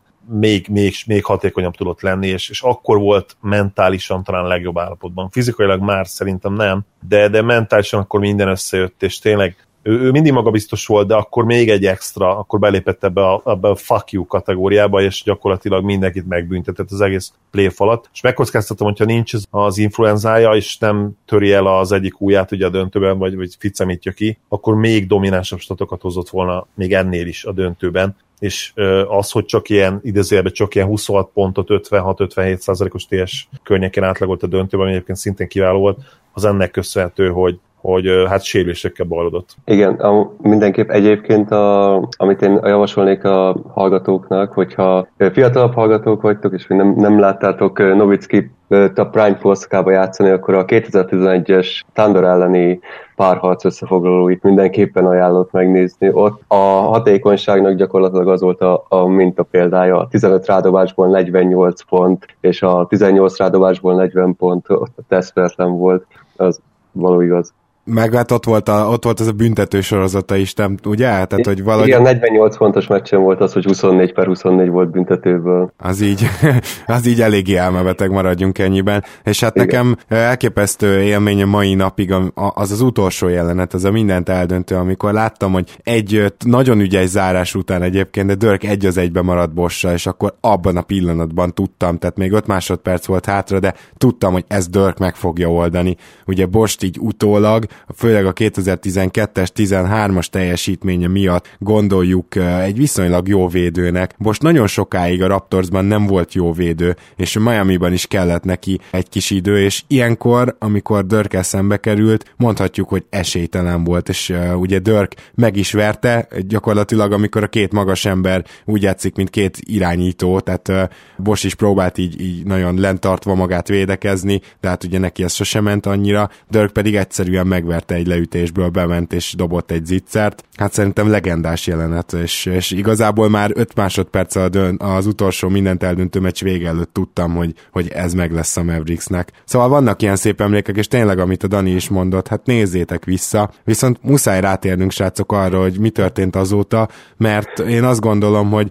még hatékonyabb tudott lenni, és akkor volt mentálisan talán legjobb állapotban. Fizikailag már szerintem nem, de mentálisan akkor minden összejött, és tényleg ő mindig magabiztos volt, de akkor még egy extra, akkor belépett ebbe a fuck you kategóriába, és gyakorlatilag mindenkit megbüntetett az egész playoff alatt. És megkockáztatom, hogyha nincs az influenzája, és nem töri el az egyik ujját ugye a döntőben, vagy ficemítja ki, akkor még dominánsabb statokat hozott volna még ennél is a döntőben. És az, hogy csak ilyen idézőjelben csak ilyen 26 pontot, 56-57%-os TS környéken átlagolt a döntőben, ami egyébként szintén kiváló volt, az ennek köszönhető, hogy hát sérülésekkel bajlódott. Igen, mindenképp egyébként, amit én javasolnék a hallgatóknak, hogyha fiatalabb hallgatók vagytok, és nem láttátok Nowitzkit a Prime Force-kába játszani, akkor a 2011-es Thunder elleni párharc összefoglalóit mindenképpen ajánlott megnézni. Ott a hatékonyságnak gyakorlatilag az volt a minta példája. A 15 rádobásból 48 pont, és a 18 rádobásból 40 pont, ott a tesztvertlen volt. Az való igaz. Meg hát ott volt az a büntető sorozata is, nem, ugye? Tehát, hogy valahogy... Igen, 48 pontos meccsen volt az, hogy 24/24 volt büntetőből. Az így eléggé elmebeteg, maradjunk ennyiben. És hát igen. Nekem elképesztő élmény a mai napig az utolsó jelenet, az a mindent eldöntő, amikor láttam, hogy egy nagyon ügyes zárás után egyébként, de Dirk 1-1 maradt Bossal, és akkor abban a pillanatban tudtam, tehát még 5 másodperc volt hátra, de tudtam, hogy ez Dirk meg fogja oldani. Ugye Bost így utólag, főleg a 2012-es, 13-as teljesítménye miatt gondoljuk egy viszonylag jó védőnek. Most nagyon sokáig a Raptorsban nem volt jó védő, és a Miamiban is kellett neki egy kis idő, és ilyenkor, amikor Dirkkel szembe került, mondhatjuk, hogy esélytelen volt, és ugye Dirk meg is verte, gyakorlatilag amikor a két magas ember úgy játszik, mint két irányító, tehát Bosch is próbált így nagyon lent tartva magát védekezni, de hát ugye neki ez sosem ment annyira, Dirk pedig egyszerűen meg megverte egy leütésből, bement és dobott egy zicsert. Hát szerintem legendás jelenet, és igazából már 5 másodperccel az utolsó mindent eldöntő meccs vége előtt tudtam, hogy ez meg lesz a Mavericksnek. Szóval vannak ilyen szép emlékek, és tényleg, amit a Dani is mondott, hát nézzétek vissza, viszont muszáj rátérnünk, srácok, arra, hogy mi történt azóta, mert én azt gondolom, hogy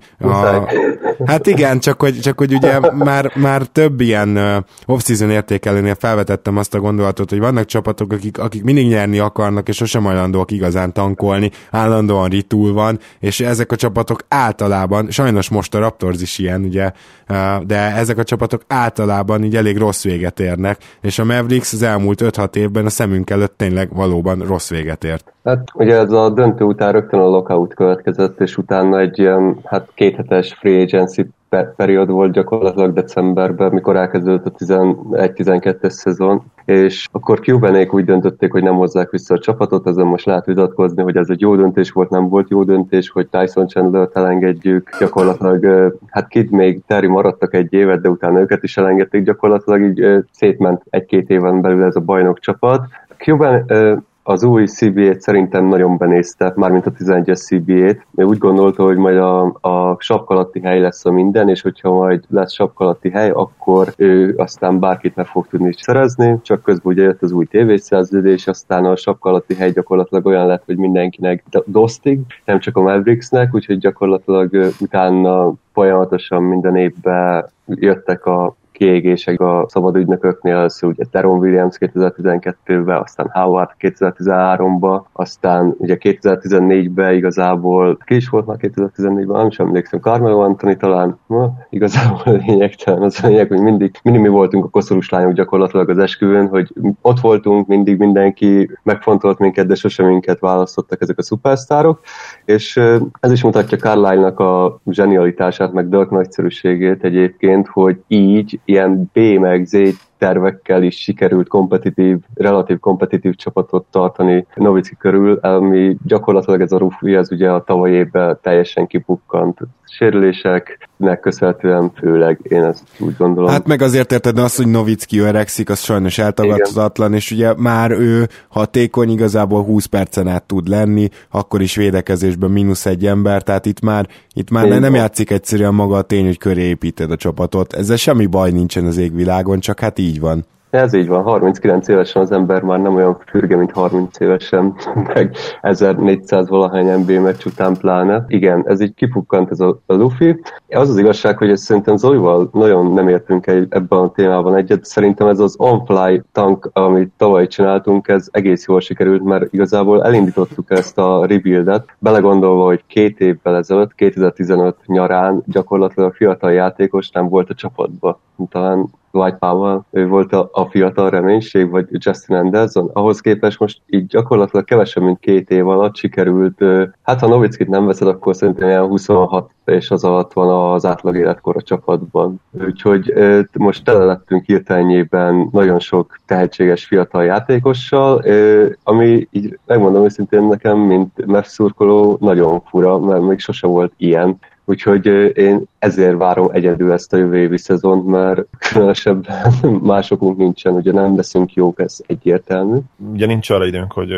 hát igen, csak hogy ugye már több ilyen off-season értékelőnél felvetettem azt a gondolatot, hogy vannak csapatok, akik mindig nyerni akarnak, és sosem hajlandóak igazán tankolni, állandóan ritul van, és ezek a csapatok általában, sajnos most a Raptors is ilyen, ugye, de ezek a csapatok általában így elég rossz véget érnek, és a Mavericks az elmúlt 5-6 évben a szemünk előtt tényleg valóban rossz véget ért. Hát ugye ez a döntő után rögtön a lockout következett, és utána egy ilyen 2 hetes free agency periód volt gyakorlatilag decemberben, mikor elkezdődött a 11-12-es szezon, és akkor Cubanék úgy döntötték, hogy nem hozzák vissza a csapatot, ezen most lehet vitatkozni, hogy ez egy jó döntés volt, nem volt jó döntés, hogy Tyson Chandlert elengedjük, gyakorlatilag, hát Kidd még Terry maradtak egy évet, de utána őket is elengedték, gyakorlatilag így szétment 1-2 éven belül ez a bajnok csapat. Cuban az új CBA-t szerintem nagyon benézte, mármint a 11-es CBA-t. Ő úgy gondolta, hogy majd a sapka alatti hely lesz a minden, és hogyha majd lesz sapka alatti hely, akkor ő aztán bárkit meg fog tudni szerezni, csak közben ugye jött az új tévészerződés, aztán a sapka alatti hely gyakorlatilag olyan lett, hogy mindenkinek dosztig, nem csak a Mavericksnek, úgyhogy gyakorlatilag utána folyamatosan minden évben jöttek a kiégések a szabad ügynököknél, először ugye Deron Williams 2012-ben, aztán Howard 2013-ban, aztán ugye 2014-ben igazából, ki is volt már 2014-ben, nem sem emlékszem, Carmelo Anthony talán, igazából lényegtelen, az a lényeg, hogy mindig mi voltunk a koszorús lányok gyakorlatilag az esküvőn, hogy ott voltunk, mindig mindenki megfontolt minket, de sosem minket választottak ezek a szupersztárok, és ez is mutatja Carlisle-nak a zsenialitását, meg Dirk nagyszerűségét egyébként, hogy így ilyen B meg Z tervekkel is sikerült relatív kompetitív csapatot tartani Nowitzki körül, ami gyakorlatilag ez a Rufi, ez ugye a tavalyi évben teljesen kipukkant. Sérüléseknek köszönhetően főleg, én ezt úgy gondolom. Hát meg azért érted, az, hogy Nowitzki öregszik, az sajnos eltagadhatatlan, és ugye már ő hatékony, igazából 20 percen át tud lenni, akkor is védekezésben -1 ember, tehát itt már nem játszik egyszerűen maga a tény, hogy köré építed a csapatot. Ezzel semmi baj nincsen az égvilágon, csak hát így van. Ez így van, 39 évesen az ember már nem olyan fürge, mint 30 évesen, meg 1400 valahány NBA meccs után pláne. Igen, ez így kipukkant ez a Luffy. Az az igazság, hogy szerintem Zolival nagyon nem értünk ebben a témában egyet. Szerintem ez az on-fly tank, amit tavaly csináltunk, ez egész jól sikerült, mert igazából elindítottuk ezt a rebuildet, belegondolva, hogy 2 évvel ezelőtt, 2015 nyarán gyakorlatilag a fiatal játékos nem volt a csapatban. Talán Dwight Powell, ő volt a fiatal reménység, vagy Justin Anderson. Ahhoz képest most így gyakorlatilag kevesebb, mint 2 év alatt sikerült, hát ha Nowitzkit nem veszed, akkor szerintem ilyen 26 és az alatt van az átlag életkor a csapatban. Úgyhogy most tele lettünk hirtelenjében nagyon sok tehetséges fiatal játékossal, ami így megmondom őszintén nekem, mint Mavs szurkoló, nagyon fura, mert még sose volt ilyen. Úgyhogy én ezért várom egyedül ezt a jövő évi szezont, mert különösebben másokunk nincsen, ugye nem leszünk jók, ez egyértelmű. Ugye nincs arra időnk, hogy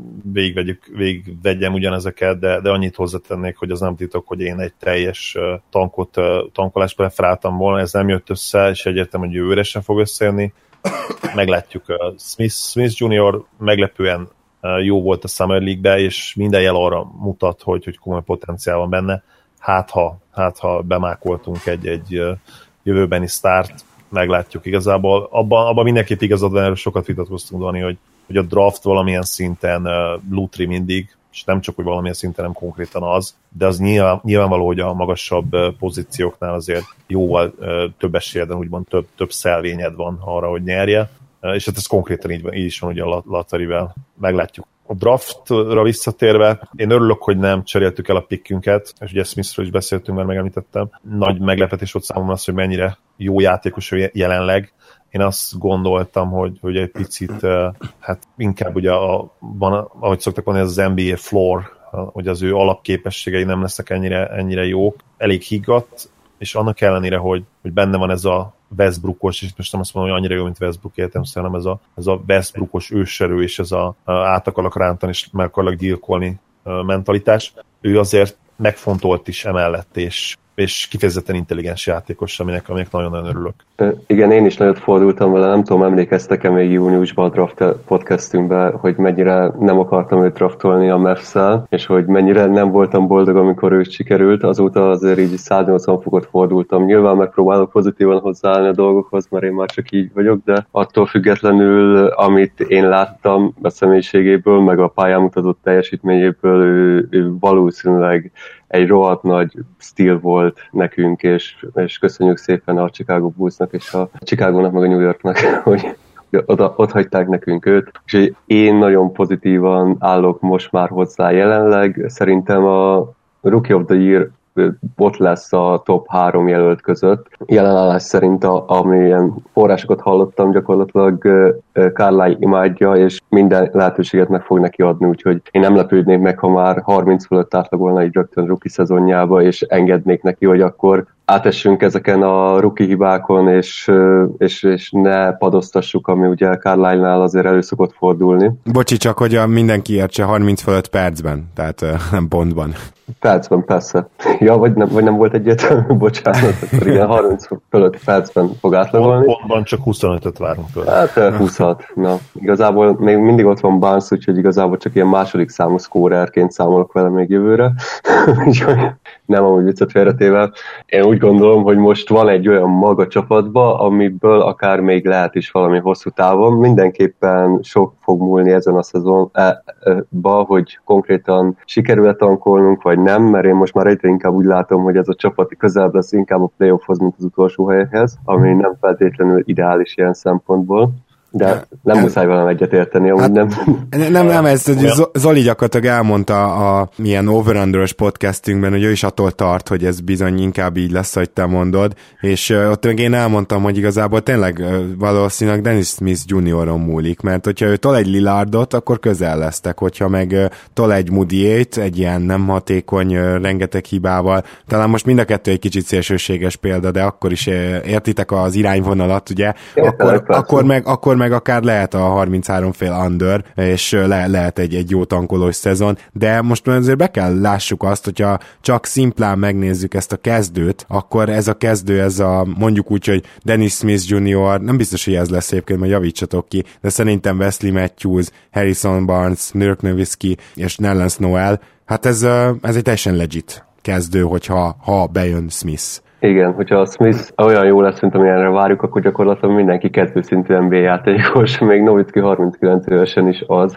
végigvegyem ugyanezeket, de annyit hozzátennék, hogy az nem titok, hogy én egy teljes tankolást preferáltam volna, ez nem jött össze, és egyértelmű, hogy jövőre sem fog összejönni. Meglátjuk, Smith Junior meglepően jó volt a Summer League-be, és minden jel arra mutat, hogy komoly potenciál van benne. Hát ha bemákoltunk egy jövőbeni sztárt, meglátjuk igazából. Abban mindenképp igazad van, erről sokat vitatkoztunk, Dani, hogy a draft valamilyen szinten lútri mindig, és nem csak, hogy valamilyen szinten, nem konkrétan az, de az nyilvánvaló, hogy a magasabb pozícióknál azért jóval több esélyed, úgymond több szelvényed van arra, hogy nyerje. És hát ez konkrétan így is van, ugye a lotterivel. Meglátjuk. A draftra visszatérve, én örülök, hogy nem cseréltük el a pickünket, és ugye Smithről is beszéltünk, mert megemlítettem. Nagy meglepetés volt számomra az, hogy mennyire jó játékos jelenleg. Én azt gondoltam, hogy egy picit, hát inkább ugye van, ahogy szoktak mondani, ez az NBA floor, hogy az ő alapképességei nem lesznek ennyire jók. Elég higgadt, és annak ellenére, hogy benne van ez a Westbrookos, és most nem azt mondom, hogy annyira jó, mint Westbrook értelemszerűen, hanem ez a Westbrookos őserő, és ez a át akarlak rántani, és meg akarlak gyilkolni mentalitás. Ő azért megfontolt is emellett, és kifejezetten intelligens játékos, aminek nagyon-nagyon örülök. Igen, én is nagyot fordultam vele, nem tudom, emlékeztek-e még júniusban a draft podcastünkben, hogy mennyire nem akartam őt draftolni a Mavs-szel, és hogy mennyire nem voltam boldog, amikor ő sikerült, azóta azért így 180 fokot fordultam. Nyilván megpróbálok pozitívan hozzáállni a dolgokhoz, mert én már csak így vagyok, de attól függetlenül, amit én láttam a személyiségéből, meg a pályán mutatott teljesítményéből, ő valószínűleg egy rohadt nagy stíl volt nekünk, és köszönjük szépen a Chicago Bullsnak és a Chicagónak meg a New Yorknak, hogy ott hagyták nekünk őt. És én nagyon pozitívan állok most már hozzá jelenleg. Szerintem a Rookie of the Year ott lesz a top 3 jelölt között. Jelenállás szerint, amilyen forrásokat hallottam, gyakorlatilag Carlisle imádja, és minden lehetőséget meg fog neki adni, úgyhogy én nem lepődnék meg, ha már 30 fölött átlagolna egy rögtön rookie szezonjába, és engednék neki, hogy akkor átessünk ezeken a rookie hibákon, és ne padoztassuk, ami ugye Carlisle-nál azért elő szokott fordulni. Bocsi, csak hogy mindenki értse 30 fölött percben, tehát nem pontban. Percben, persze. Ja, vagy nem volt egyértelmű, bocsánat, akkor igen, 30 fölött percben fog átlagolni. Pontban csak 25-öt várunk tőle. Hát 26. Na, igazából még mindig ott van Barnes, úgyhogy igazából csak ilyen második számú szkórerként számolok vele még jövőre. Úgyhogy nem amúgy viccet félretéve. Én úgy gondolom, hogy most van egy olyan maga csapatba, amiből akár még lehet is valami hosszú távon. Mindenképpen sok fog múlni ezen a szezonban, hogy konkrétan sikerül-e tankolnunk, vagy nem, mert én most már egyre inkább úgy látom, hogy ez a csapat közelebb lesz inkább a playoffhoz, mint az utolsó helyhez, ami nem feltétlenül ideális ilyen szempontból. De nem muszáj velem egyet érteni, amúgy nem. Nem, ez Zoli gyakorlatilag elmondta a milyen over-underös podcastünkben, hogy ő is attól tart, hogy ez bizony inkább így lesz, hogy te mondod, és ott meg én elmondtam, hogy igazából tényleg valószínűleg Dennis Smith Junioron múlik, mert hogyha ő tol egy Lillardot, akkor közel lesztek, hogyha meg tol egy Moody-ét, egy ilyen nem hatékony, rengeteg hibával, talán most mind a kettő egy kicsit szélsőséges példa, de akkor is értitek az irányvonalat, ugye, akkor meg akár lehet a 33 fél under, és lehet egy jó tankolós szezon, de most azért be kell lássuk azt, hogyha csak szimplán megnézzük ezt a kezdőt, akkor ez a kezdő, ez a mondjuk úgy, hogy Dennis Smith Jr., nem biztos, hogy ez lesz egyébként, majd javítsatok ki, de szerintem Wesley Matthews, Harrison Barnes, Dirk Nowitzki és Nerlens Noel, hát ez egy teljesen legit kezdő, hogyha bejön Smith. Igen, hogyha a Smith olyan jó lesz, mint amilyenre várjuk, akkor gyakorlatilag mindenki kezdőszintű NBA játékos, még Nowitzki 39 évesen is az.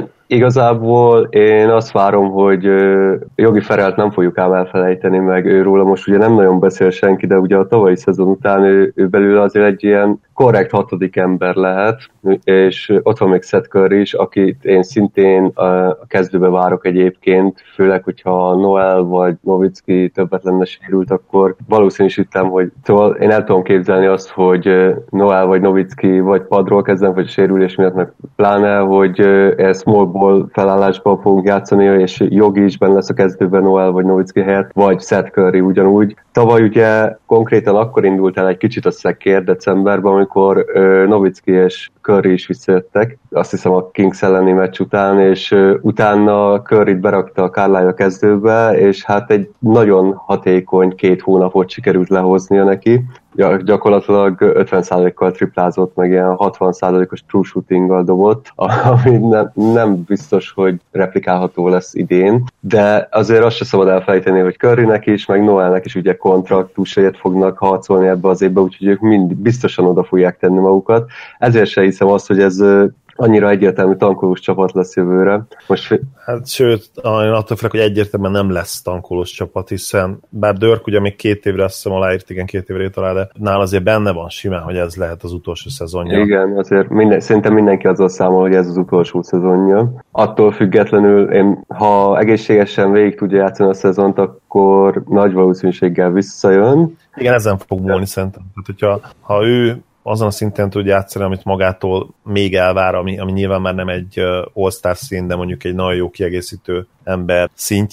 Igazából én azt várom, hogy Jogi Ferelt nem fogjuk ám elfelejteni, meg őróla most ugye nem nagyon beszél senki, de ugye a tavalyi szezon után ő belőle azért egy ilyen korrekt 6. ember lehet, és ott van még Seth Curry is, akit én szintén a kezdőbe várok egyébként, főleg, hogyha Noel vagy Nowitzki többet lenne sérült, akkor valószínűsítem, hogy szóval én el tudom képzelni azt, hogy Noel vagy Nowitzki vagy padról kezdem, vagy sérülés miatt meg pláne, hogy small ball felállásban fogunk játszani, és Jogi is benne lesz a kezdőben Noel vagy Nowitzki helyett, vagy Seth Curry ugyanúgy. Tavaly ugye konkrétan akkor indult el egy kicsit a szekér decemberben, amikor Nowitzki és Curry is visszajöttek, azt hiszem a Kings elleni meccs után, és utána Curryt berakta a Carlisle a kezdőbe, és hát egy nagyon hatékony 2 hónapot sikerült lehoznia neki. Gyakorlatilag 50%-kal triplázott, meg ilyen 60%-os true shootinggal dobott, ami nem biztos, hogy replikálható lesz idén, de azért azt se szabad elfelejteni, hogy Currynek is, meg Noelnek is ugye kontraktusért fognak harcolni ebbe az évbe, úgyhogy ők mind biztosan oda fogják tenni magukat. Ezért se hiszem azt, hogy ez annyira egyértelmű tankolós csapat lesz jövőre. Hát sőt, én attól félek, hogy egyértelműen nem lesz tankolós csapat, hiszen bár Dirk ugye még 2 évre, azt hiszem aláírt, igen, 2 évre talán, de nála azért benne van simán, hogy ez lehet az utolsó szezonja. Igen, azért szerintem mindenki azzal számol, hogy ez az utolsó szezonja. Attól függetlenül, ha egészségesen végig tudja játszani a szezont, akkor nagy valószínűséggel visszajön. Igen, ezen fog múlni szerintem. Tehát, ha ő azon a szinten tud játszani, amit magától még elvár, ami nyilván már nem egy all-star szín, de mondjuk egy nagyon jó kiegészítő ember szintje.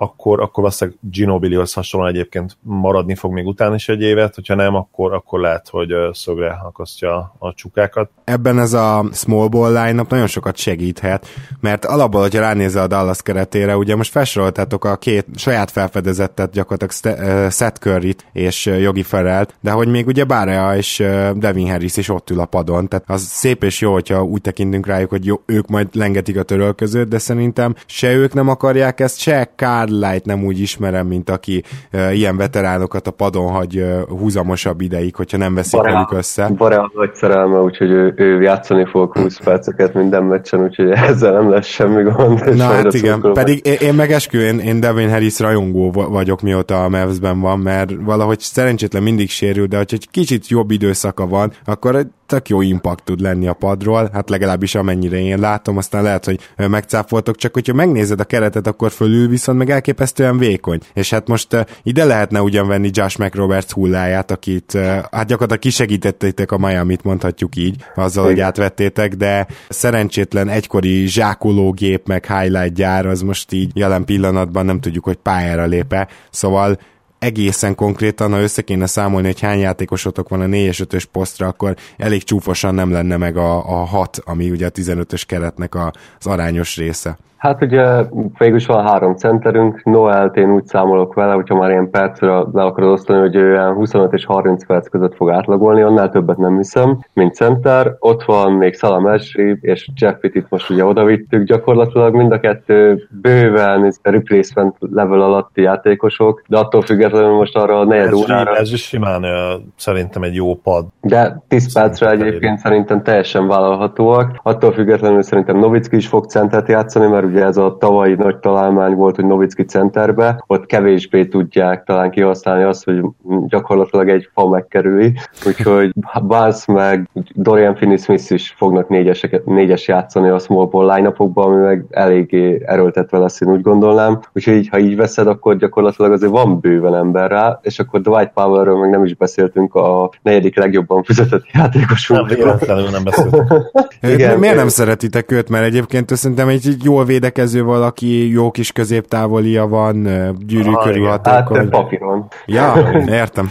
akkor valószínűleg Ginobili-hoz hasonlóan egyébként maradni fog még utána is egy évet, hogyha nem, akkor lehet, hogy szögre akasztja a csukákat. Ebben ez a small ball line-up nagyon sokat segíthet, mert alapból, hogyha ránézel a Dallas keretére, ugye most felsoroltátok a két saját felfedezettet, gyakorlatilag Seth Curryt és Yogi Ferrellt, de hogy még ugye Barea és Devin Harris is ott ül a padon, tehát az szép és jó, hogyha úgy tekintünk rájuk, hogy jó, ők majd lengetik a törölközőt, de szerintem se ők nem akarják ezt, se Carlisle nem úgy ismerem, mint aki ilyen veteránokat a padon hagy húzamosabb ideig, hogyha nem veszik velük össze. Barea nagy szerelme, úgyhogy ő játszani fog 20 perceket minden meccsen, úgyhogy ezzel nem lesz semmi gond. Na hát igen, pedig én meg esküvően, én Devin Harris rajongó vagyok, mióta a Mavsben van, mert valahogy szerencsétlen mindig sérül, de hogyha egy kicsit jobb időszaka van, akkor tök jó impact tud lenni a padról, hát legalábbis amennyire én látom, aztán lehet, hogy megcáfoltok, csak hogyha megnézed a keretet, akkor fölül viszont meg elképesztően vékony. És hát most ide lehetne ugyan venni Josh McRoberts hulláját, akit hát gyakorlatilag kisegítettétek a Miamit, mondhatjuk így, azzal, hogy átvettétek, de szerencsétlen egykori zsákológép meg highlight gyár, az most így jelen pillanatban nem tudjuk, hogy pályára lép-e. Szóval egészen konkrétan, ha össze kéne számolni, hogy hány játékosotok van a 4-es 5-ös posztra, akkor elég csúfosan nem lenne meg a 6, ami ugye a 15-ös keretnek az arányos része. Hát ugye végülis van 3 centerünk, Noelt én úgy számolok vele, hogyha már ilyen percre le akarod osztani, hogy olyan 25 és 30 perc között fog átlagolni, annál többet nem hiszem, mint center. Ott van még Salam Esri és Jeff Pittit most ugye odavittük, gyakorlatilag mind a kettő bőven replacement level alatti játékosok, de attól függetlenül most arra a negyed órára... Ez is simán szerintem egy jó pad. De 10 percre egyébként szerintem teljesen vállalhatóak. Attól függetlenül szerintem Nowitzki is fog centert játszani, mert ugye ez a tavalyi nagy találmány volt, hogy Nowitzki centerbe, ott kevésbé tudják talán kihasználni azt, hogy gyakorlatilag egy fa megkerüli, úgyhogy Barnes meg Dorian Finney-Smith is fognak 4-es játszani a small ball line-upokban, ami meg eléggé erőltetve lesz, én úgy gondolnám, úgyhogy ha így veszed, akkor gyakorlatilag azért van bőven ember rá, és akkor Dwight Powellről meg nem is beszéltünk, a 4. legjobban fizetett játékosunk. Nem beszéltünk. Igen, miért nem szeretitek őt, mert egyébként szerintem egy jól védekező valaki, jó kis középtávolia van, gyűrű körül hatékony. Hát papíron. Ja, értem.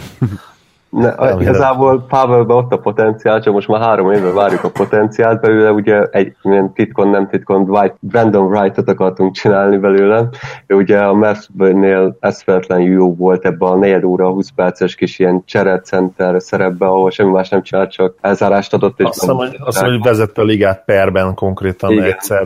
Igazából Pavelben ott a potenciál, csak most már 3 éve várjuk a potenciált belőle, ugye egy titkon, nem titkon Brandon Wright-ot akartunk csinálni belőle. Ő ugye a Mavs-nél eszméletlen jó volt ebben a 4 óra 20 perces kis ilyen cserecenter szerepben, ahol semmi más nem csinált, csak elzárást adott. És azt hiszem, hogy vezette a ligát perben konkrétan. Igen. Egyszer,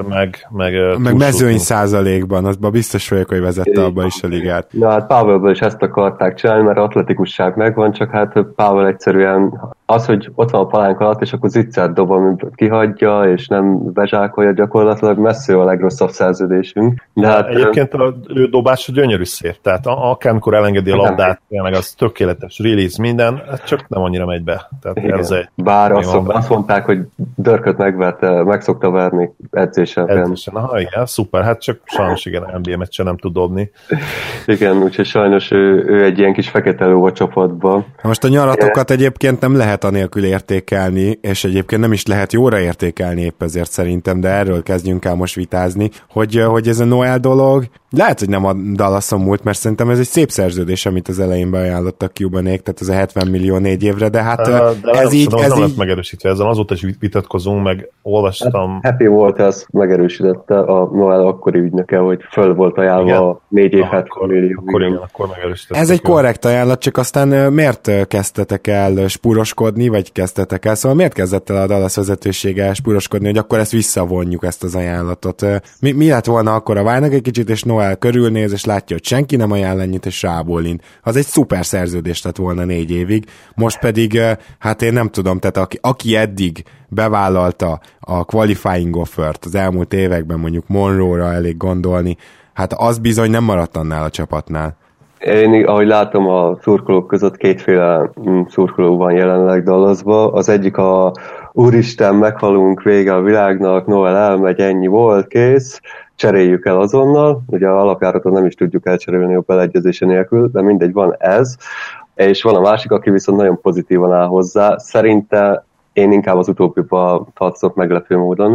meg mezőny százalékban, azban biztos vagyok, hogy vezette abba is a ligát. Na hát Pavelből is ezt akarták csinálni, mert atletikusság megvan, csak hát Powell egyszerűen az, hogy ott van a palánk alatt, és akkor zicsert dob, amit kihagyja, és nem bezsákolja, gyakorlatilag messze a legrosszabb szerződésünk. De hát, egyébként az ő dobása gyönyörű szép, tehát akármikor elengedi a labdát, meg az tökéletes release, minden, csak nem annyira megy be. Tehát ez bár azt mondták, hogy Dörköt meg szokta verni edzésen. Aha, igen, szuper, hát csak sajnos igen, NBA meccsen nem tud dobni. Igen, úgyhogy sajnos ő egy ilyen kis fekete ló a csapatban. Most a nyaratokat egyébként nem lehet anélkül értékelni, és egyébként nem is lehet jóra értékelni épp ezért szerintem, de erről kezdjünk el most vitázni, hogy ez a Noel dolog, lehet, hogy nem a Dallason múlt, mert szerintem ez egy szép szerződés, amit az elején beajánlottak Cubanék, tehát ez a 70 millió 4 évre, de hát de ez így... nem lett megerősítve, ezzel azóta is vitatkozunk, meg olvastam. Hát Happy volt, ezt megerősítette a Noel akkori ügynöke, hogy föl volt ajánlva a 4 év 70 millió. Akkor megerősítette. Ez egy korrekt ajánlat, csak aztán miért kezdtetek el spuroskodni, vagy kezdtetek el, szóval miért kezdett el a Dallas vezetősége spuroskodni, hogy akkor ezt visszavonjuk, ezt az ajánlatot? Mi lett volna akkor, a várnak egy kicsit, és Noel körülnéz, és látja, hogy senki nem ajánl ennyit, és rábólint. Az egy szuper szerződés lett volna 4 évig. Most pedig, hát én nem tudom, tehát aki eddig bevállalta a qualifying offert az elmúlt években, mondjuk Monroe-ra elég gondolni, hát az bizony nem maradt annál a csapatnál. Én, ahogy látom, a szurkolók között kétféle szurkoló van jelenleg Dallasban. Az egyik a úristen, meghalunk, vége a világnak, Noel elmegy, ennyi volt, kész, cseréljük el azonnal. Ugye a alapjáratot nem is tudjuk elcserélni a beleegyezése nélkül, de mindegy, van ez. És van a másik, aki viszont nagyon pozitívan áll hozzá. Szerinte én inkább az utóbbiba tartozok meglepő módon.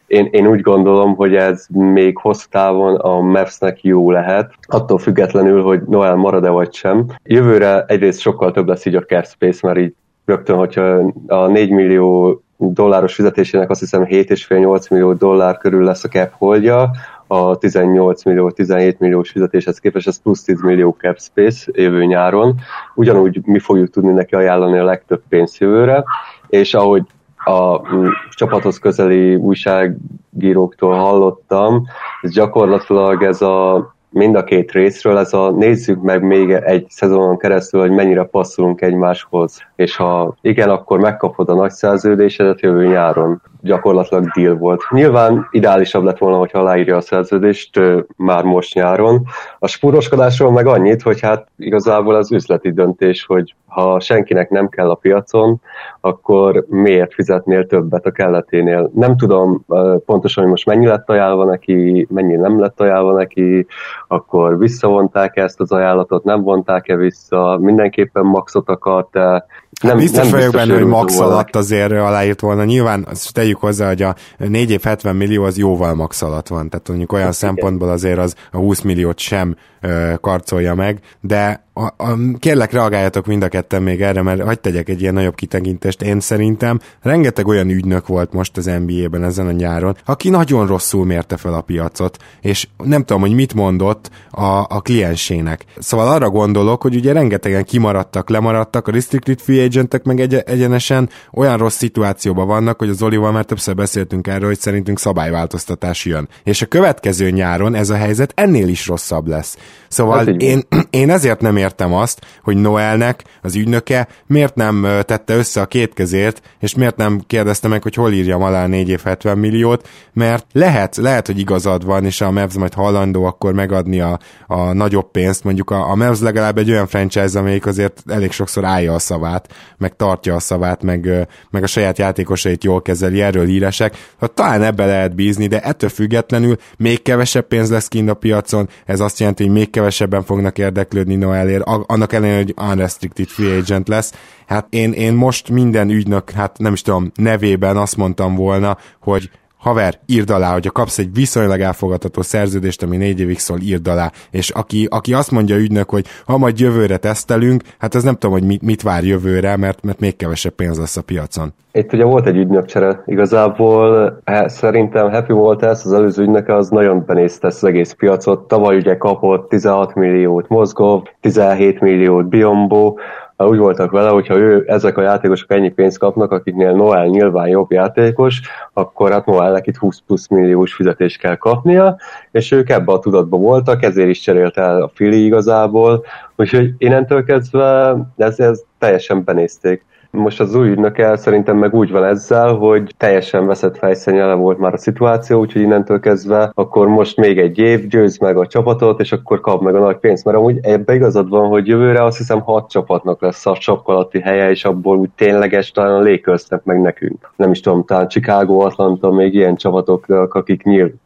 én úgy gondolom, hogy ez még hosszú távon a Mavsnek jó lehet, attól függetlenül, hogy Noel marad-e vagy sem. Jövőre egyrészt sokkal több lesz így a cap space, mert így rögtön, hogyha a 4 millió dolláros fizetésének azt hiszem 7,5-8 millió dollár körül lesz a cap holdja, a 18 millió, 17 milliós fizetéshez képest, ez plusz 10 millió cap space jövő nyáron. Ugyanúgy mi fogjuk tudni neki ajánlani a legtöbb pénzt jövőre, és ahogy a csapathoz közeli újságíróktól hallottam, ez gyakorlatilag ez a mind a két részről, ez a nézzük meg még egy szezonon keresztül, hogy mennyire passzolunk egymáshoz, és ha igen, akkor megkapod a nagy szerződésedet jövő nyáron. Gyakorlatilag deal volt. Nyilván ideálisabb lett volna, hogyha aláírja a szerződést már most nyáron. A spóroskodásról meg annyit, hogy hát igazából az üzleti döntés, hogy ha senkinek nem kell a piacon, akkor miért fizetnél többet a kelleténél. Nem tudom pontosan, hogy most mennyi lett ajánlva neki, mennyi nem lett ajánlva neki, akkor visszavonták ezt az ajánlatot, nem vonták-e vissza, mindenképpen maxot akart, nem biztos vagyok benne, hogy max alatt azért aláírt volna. Nyilván azt tegyük hozzá, hogy a 4 év 70 millió az jóval max alatt van. Tehát mondjuk olyan szempontból azért az a 20 milliót sem karcolja meg, de kérlek reagáljatok mind a ketten még erre, mert hadd tegyek egy ilyen nagyobb kitekintést. Én szerintem rengeteg olyan ügynök volt most az NBA-ben ezen a nyáron, aki nagyon rosszul mérte fel a piacot, és nem tudom, hogy mit mondott a kliensének. Szóval arra gondolok, hogy ugye rengetegen kimaradtak, lemaradtak, a restricted free agentek meg egyenesen olyan rossz szituációban vannak, hogy az Olival már többször beszéltünk erről, hogy szerintünk szabályváltoztatás jön. És a következő nyáron ez a helyzet ennél is rosszabb lesz. Szóval én ezért nem értem azt, hogy Noelnek az ügynöke miért nem tette össze a két kezét, és miért nem kérdezte meg, hogy hol írjam alá 4 év 70 milliót, mert lehet, hogy igazad van, és a Mavs majd hajlandó akkor megadni a nagyobb pénzt, mondjuk a Mavs legalább egy olyan franchise, amelyik azért elég sokszor állja a szavát, meg tartja a szavát, meg a saját játékosait jól kezeli, erről híresek. Talán ebbe lehet bízni, de ettől függetlenül még kevesebb pénz lesz kint a piacon, ez azt jelenti, hogy még kevesebben fognak érdeklődni Noelért, annak ellenére, hogy unrestricted free agent lesz. Hát én most minden ügynök, hát nem is tudom, nevében azt mondtam volna, hogy haver, írd alá, hogyha kapsz egy viszonylag elfogadható szerződést, ami 4 évig szól, írd alá. És aki azt mondja ügynök, hogy ha majd jövőre tesztelünk, hát az nem tudom, hogy mit vár jövőre, mert még kevesebb pénz lesz a piacon. Itt ugye volt egy ügynökcsere, igazából szerintem Happy Walters, az előző ügynöke, az nagyon benézte ezt az egész piacot. Tavaly ugye kapott 16 milliót Mozgov, 17 milliót Biyombo. Úgy voltak vele, hogyha ezek a játékosok ennyi pénzt kapnak, akiknél Noel nyilván jobb játékos, akkor hát Noelnek itt 20 plusz milliós fizetést kell kapnia, és ők ebben a tudatban voltak, ezért is cserélt el a Philly igazából, úgyhogy innentől kezdve ez teljesen benézték. Most az új ügynöke szerintem meg úgy van ezzel, hogy teljesen veszett fejszennyele volt már a szituáció, úgyhogy innentől kezdve akkor most még egy év, győzd meg a csapatot, és akkor kap meg a nagy pénzt. Mert amúgy ebbe igazad van, hogy jövőre azt hiszem 6 csapatnak lesz a sapka alatti helye, és abból úgy tényleges talán a Lakersnek meg nekünk. Nem is tudom, talán Chicago, Atlanta, még ilyen csapatok, akik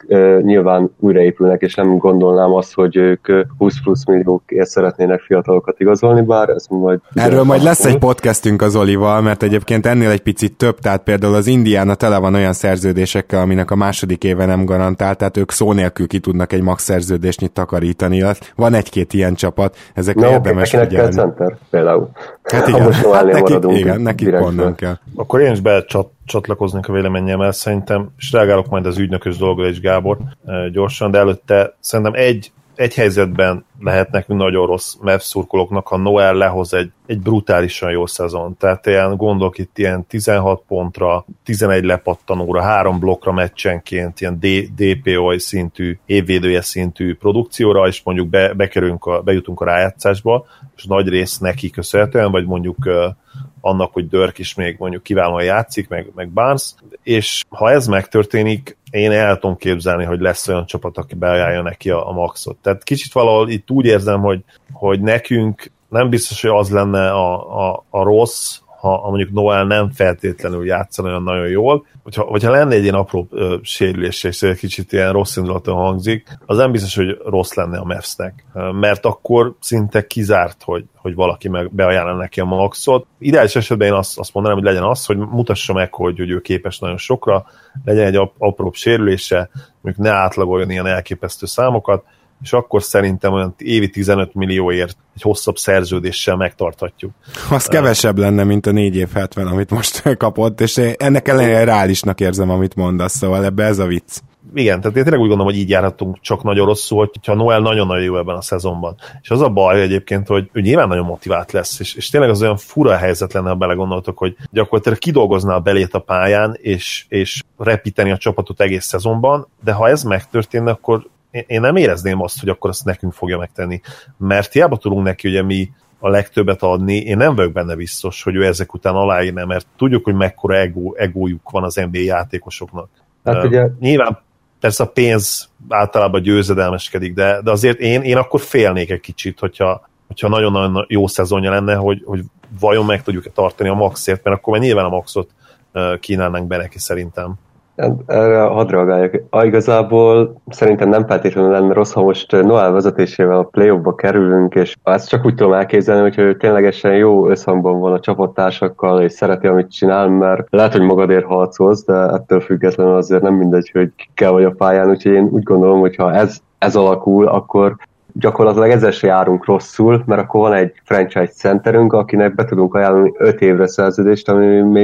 nyilván újraépülnek, és nem gondolnám azt, hogy ők 20 plusz milliókért szeretnének fiatalokat igazolni, bár ez majd... Erről majd lesz egy podcastünk az Oli, mert egyébként ennél egy picit több, tehát például az Indiana tele van olyan szerződésekkel, aminek a második éve nem garantált, tehát ők szó nélkül ki tudnak egy max szerződésnyit takarítani. Van egy-két ilyen csapat, ezekre érdemes figyelni. Kell center, például. Hát igen, nekik pont nem kell. Akkor én is csatlakoznék a véleményemmel, szerintem, és reagálok majd az ügynökös dolgra is, Gábor, gyorsan, de előtte szerintem egy helyzetben lehet nekünk nagyon rossz Mavs szurkolóknak, ha Noel lehoz egy brutálisan jó szezon. Tehát gondolok itt ilyen 16 pontra, 11 lepattanóra, 3 blokkra meccsenként, ilyen DPOI szintű, évvédője szintű produkcióra, és mondjuk bejutunk a rájátszásba, és nagy rész neki köszönhetően, vagy mondjuk annak, hogy Dirk is még mondjuk kiválóan játszik, meg Barnes, és ha ez megtörténik, én el tudom képzelni, hogy lesz olyan csapat, aki beajánlja neki a maxot. Tehát kicsit valahol itt úgy érzem, hogy nekünk nem biztos, hogy az lenne a rossz, ha mondjuk Noel nem feltétlenül játszana olyan nagyon jól, hogyha lenne egy ilyen apró sérülés, és egy kicsit ilyen rossz indulaton hangzik, az nem biztos, hogy rossz lenne a Mavsnek, mert akkor szinte kizárt, hogy valaki beajánlja neki a maxot. Ideális esetben én azt mondanám, hogy legyen az, hogy mutassa meg, hogy ő képes nagyon sokra, legyen egy apróbb sérülése, mondjuk ne átlagoljon ilyen elképesztő számokat, és akkor szerintem olyan évi 15 millióért egy hosszabb szerződéssel megtarthatjuk. Az kevesebb lenne, mint a 4 év 70, amit most kapott, és ennek ellenére reálisnak érzem, amit mondasz, szóval ebbe ez a vicc. Igen, tehát én tényleg úgy gondolom, hogy így járhatunk csak nagyon rosszul, hogyha Noel nagyon-nagyon jó ebben a szezonban. És az a baj egyébként, hogy nyilván nagyon motivált lesz, és tényleg az olyan fura helyzet lenne, ha belegondoltok, hogy gyakorlatilag kidolgozná a belét a pályán, és repíteni a csapatot egész szezonban, de ha ez megtörténne, akkor én nem érezném azt, hogy akkor azt nekünk fogja megtenni. Mert hiába tudunk neki ugye mi a legtöbbet adni, én nem vagyok benne biztos, hogy ő ezek után aláírne, mert tudjuk, hogy mekkora egójuk van az NBA játékosoknak. Hát ugye... Nyilván persze a pénz általában győzedelmeskedik, de azért én akkor félnék egy kicsit, hogyha nagyon-nagyon jó szezonja lenne, hogy vajon meg tudjuk tartani a maxért, mert akkor már nyilván a maxot kínálnánk be neki szerintem. Erre hadd reagáljak. Igazából szerintem nem feltétlenül lenne rossz, ha most Noel vezetésével a play-offba kerülünk, és ezt csak úgy tudom elképzelni, hogy ő ténylegesen jó összhangban van a csapattársakkal, és szereti, amit csinál, mert lehet, hogy magadért harcolsz, de ettől függetlenül azért nem mindegy, hogy kikkel vagy a pályán, úgyhogy én úgy gondolom, hogy ha ez alakul, akkor gyakorlatilag ezzel se járunk rosszul, mert akkor van egy franchise centerünk, akinek be tudunk ajánlani 5 évre szerződést, ami még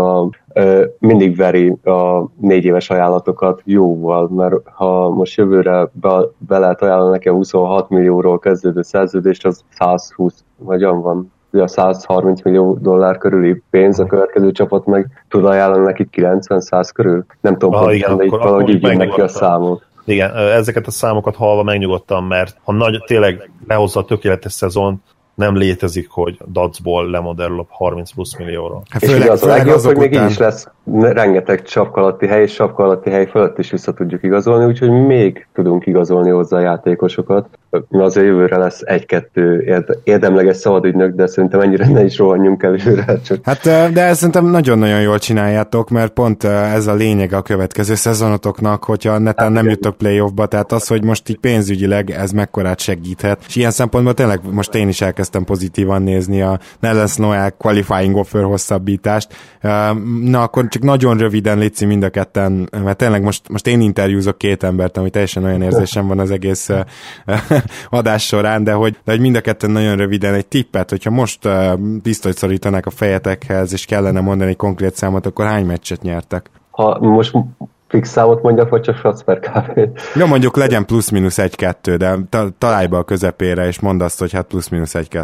mindig veri a 4 éves ajánlatokat jóval, mert ha most jövőre be lehet ajánlani nekem 26 millióról kezdődő szerződést, az 120, vagyan van, ugye 130 millió dollár körüli pénz, a következő csapat meg tud ajánlani neki 90-100 körül. Nem tudom, hogy itt valahogy így jön neki a számot. Igen, ezeket a számokat hallva megnyugodtam, mert ha tényleg lehozza a tökéletes szezon, nem létezik, hogy Dacból lemodellül 30 plusz millióról. Hát és ugye az a legjobb, hogy még így is lesz rengeteg sapka alatti hely, és sapka alatti hely fölött is vissza tudjuk igazolni, úgyhogy még tudunk igazolni hozzá a játékosokat. Azért jövőre lesz 1-2 érdemleges szabadügynök, de szerintem ennyire ne is rohanjunk előre. Csak... Hát de ezt szerintem nagyon-nagyon jól csináljátok, mert pont ez a lényeg a következő szezonotoknak, hogyha netán nem jutok playoffba, tehát az, hogy most így pénzügyileg ez mekkorát segíthet. És ilyen szempontból tényleg most én is elkezdtem pozitívan nézni a Nerlens Noel qualifying offer hosszabbítást. Na akkor csak nagyon röviden létszi mind a ketten, mert tényleg most én interjúzok 2 embert, ami teljesen olyan érzésem van az egész adás során, de hogy mind a ketten nagyon röviden egy tippet, hogyha most biztos szorítanák a fejetekhez, és kellene mondani egy konkrét számot, akkor hány meccset nyertek? Ha most fix számot mondjak, vagy csak shots per kávét? Ja, mondjuk legyen plusz-minusz 1-2, de találj be a közepére, és mondd azt, hogy hát plusz-minusz 1-2.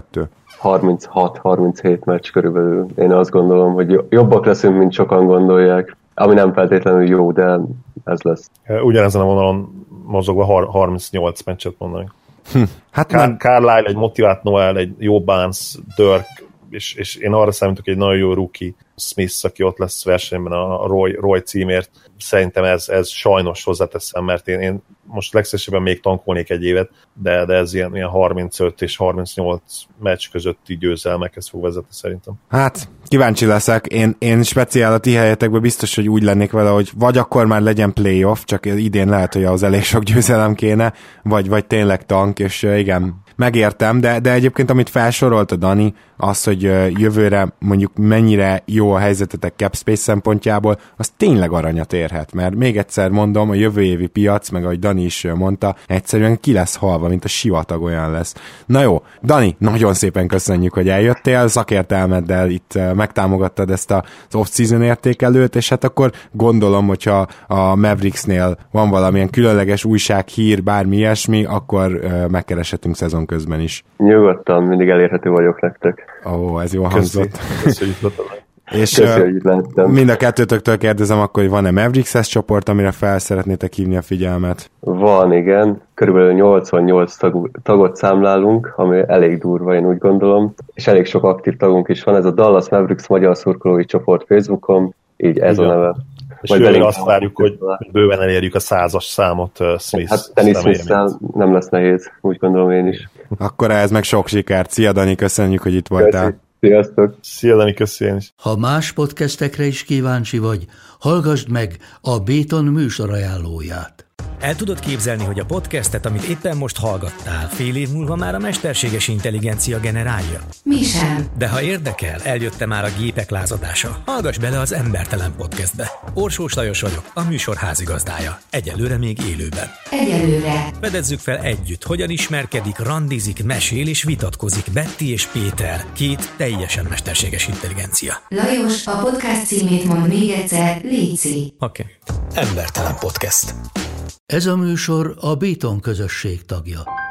36-37 meccs körülbelül. Én azt gondolom, hogy jobbak leszünk, mint sokan gondolják. Ami nem feltétlenül jó, de ez lesz. Ugyanezen a vonalon mozogva 38 meccset mondanak. Hát Carlisle, egy motivált Noel, egy jó Barnes, Dirk, és én arra számítok, egy nagyon jó rookie Smith, aki ott lesz versenyben a Roy címért. Szerintem ez sajnos hozzáteszem, mert én most legszívesebben még tankolnék egy évet, de ez ilyen 35 és 38 meccs közötti győzelmekhez fog vezetni szerintem. Hát, kíváncsi leszek. Én speciál a ti helyetekben biztos, hogy úgy lennék vele, hogy vagy akkor már legyen playoff, csak idén lehet, hogy ahhoz elég sok győzelem kéne, vagy tényleg tank, és igen, megértem, de egyébként amit felsorolt a Dani, az, hogy jövőre mondjuk mennyire jó a helyzetetek cap space szempontjából, az tényleg aranyat érhet, mert még egyszer mondom, a jövő évi piac, meg ahogy Dani is mondta, egyszerűen ki lesz halva, mint a sivatag olyan lesz. Na jó, Dani, nagyon szépen köszönjük, hogy eljöttél, szakértelmeddel itt megtámogattad ezt az off-season értékelőt, és hát akkor gondolom, hogyha a Mavericksnél van valamilyen különleges újság, hír, bármi ilyesmi, akkor megkereshetünk szezon közben is. Nyugodtan, mindig elérhető vagyok nektek. Ó, ez jó hangzott. És mind a kettőtöktől kérdezem akkor, hogy van-e Mavericks csoport, amire fel szeretnétek hívni a figyelmet? Van, igen. Körülbelül 88 tagot számlálunk, ami elég durva, én úgy gondolom. És elég sok aktív tagunk is van. Ez a Dallas Mavericks magyar szurkolói csoport Facebookon, így ez a neve. És főleg azt várjuk, hogy bőven elérjük a 100-as számot Smith. Hát Dennis Smith-szel nem lesz nehéz, úgy gondolom én is. Akkor ehhez meg sok sikert. Szia Dani, köszönjük, hogy itt voltál. Sziasztok! Szia, Dani, köszi én is. Ha más podcastekre is kíváncsi vagy, hallgassd meg a Béton műsor ajánlóját. El tudod képzelni, hogy a podcastet, amit éppen most hallgattál, fél év múlva már a mesterséges intelligencia generálja? Mi sem. De ha érdekel, eljött már a gépek lázadása. Hallgass bele az Embertelen Podcastbe. Orsós Lajos vagyok, a műsor házigazdája. Egyelőre még élőben. Egyelőre. Fedezzük fel együtt, hogyan ismerkedik, randizik, mesél és vitatkozik Betty és Péter, két teljesen mesterséges intelligencia. Lajos, a podcast címét mond még egyszer, léci. Oké. Embertelen Podcast. Ez a műsor a Béton közösség tagja.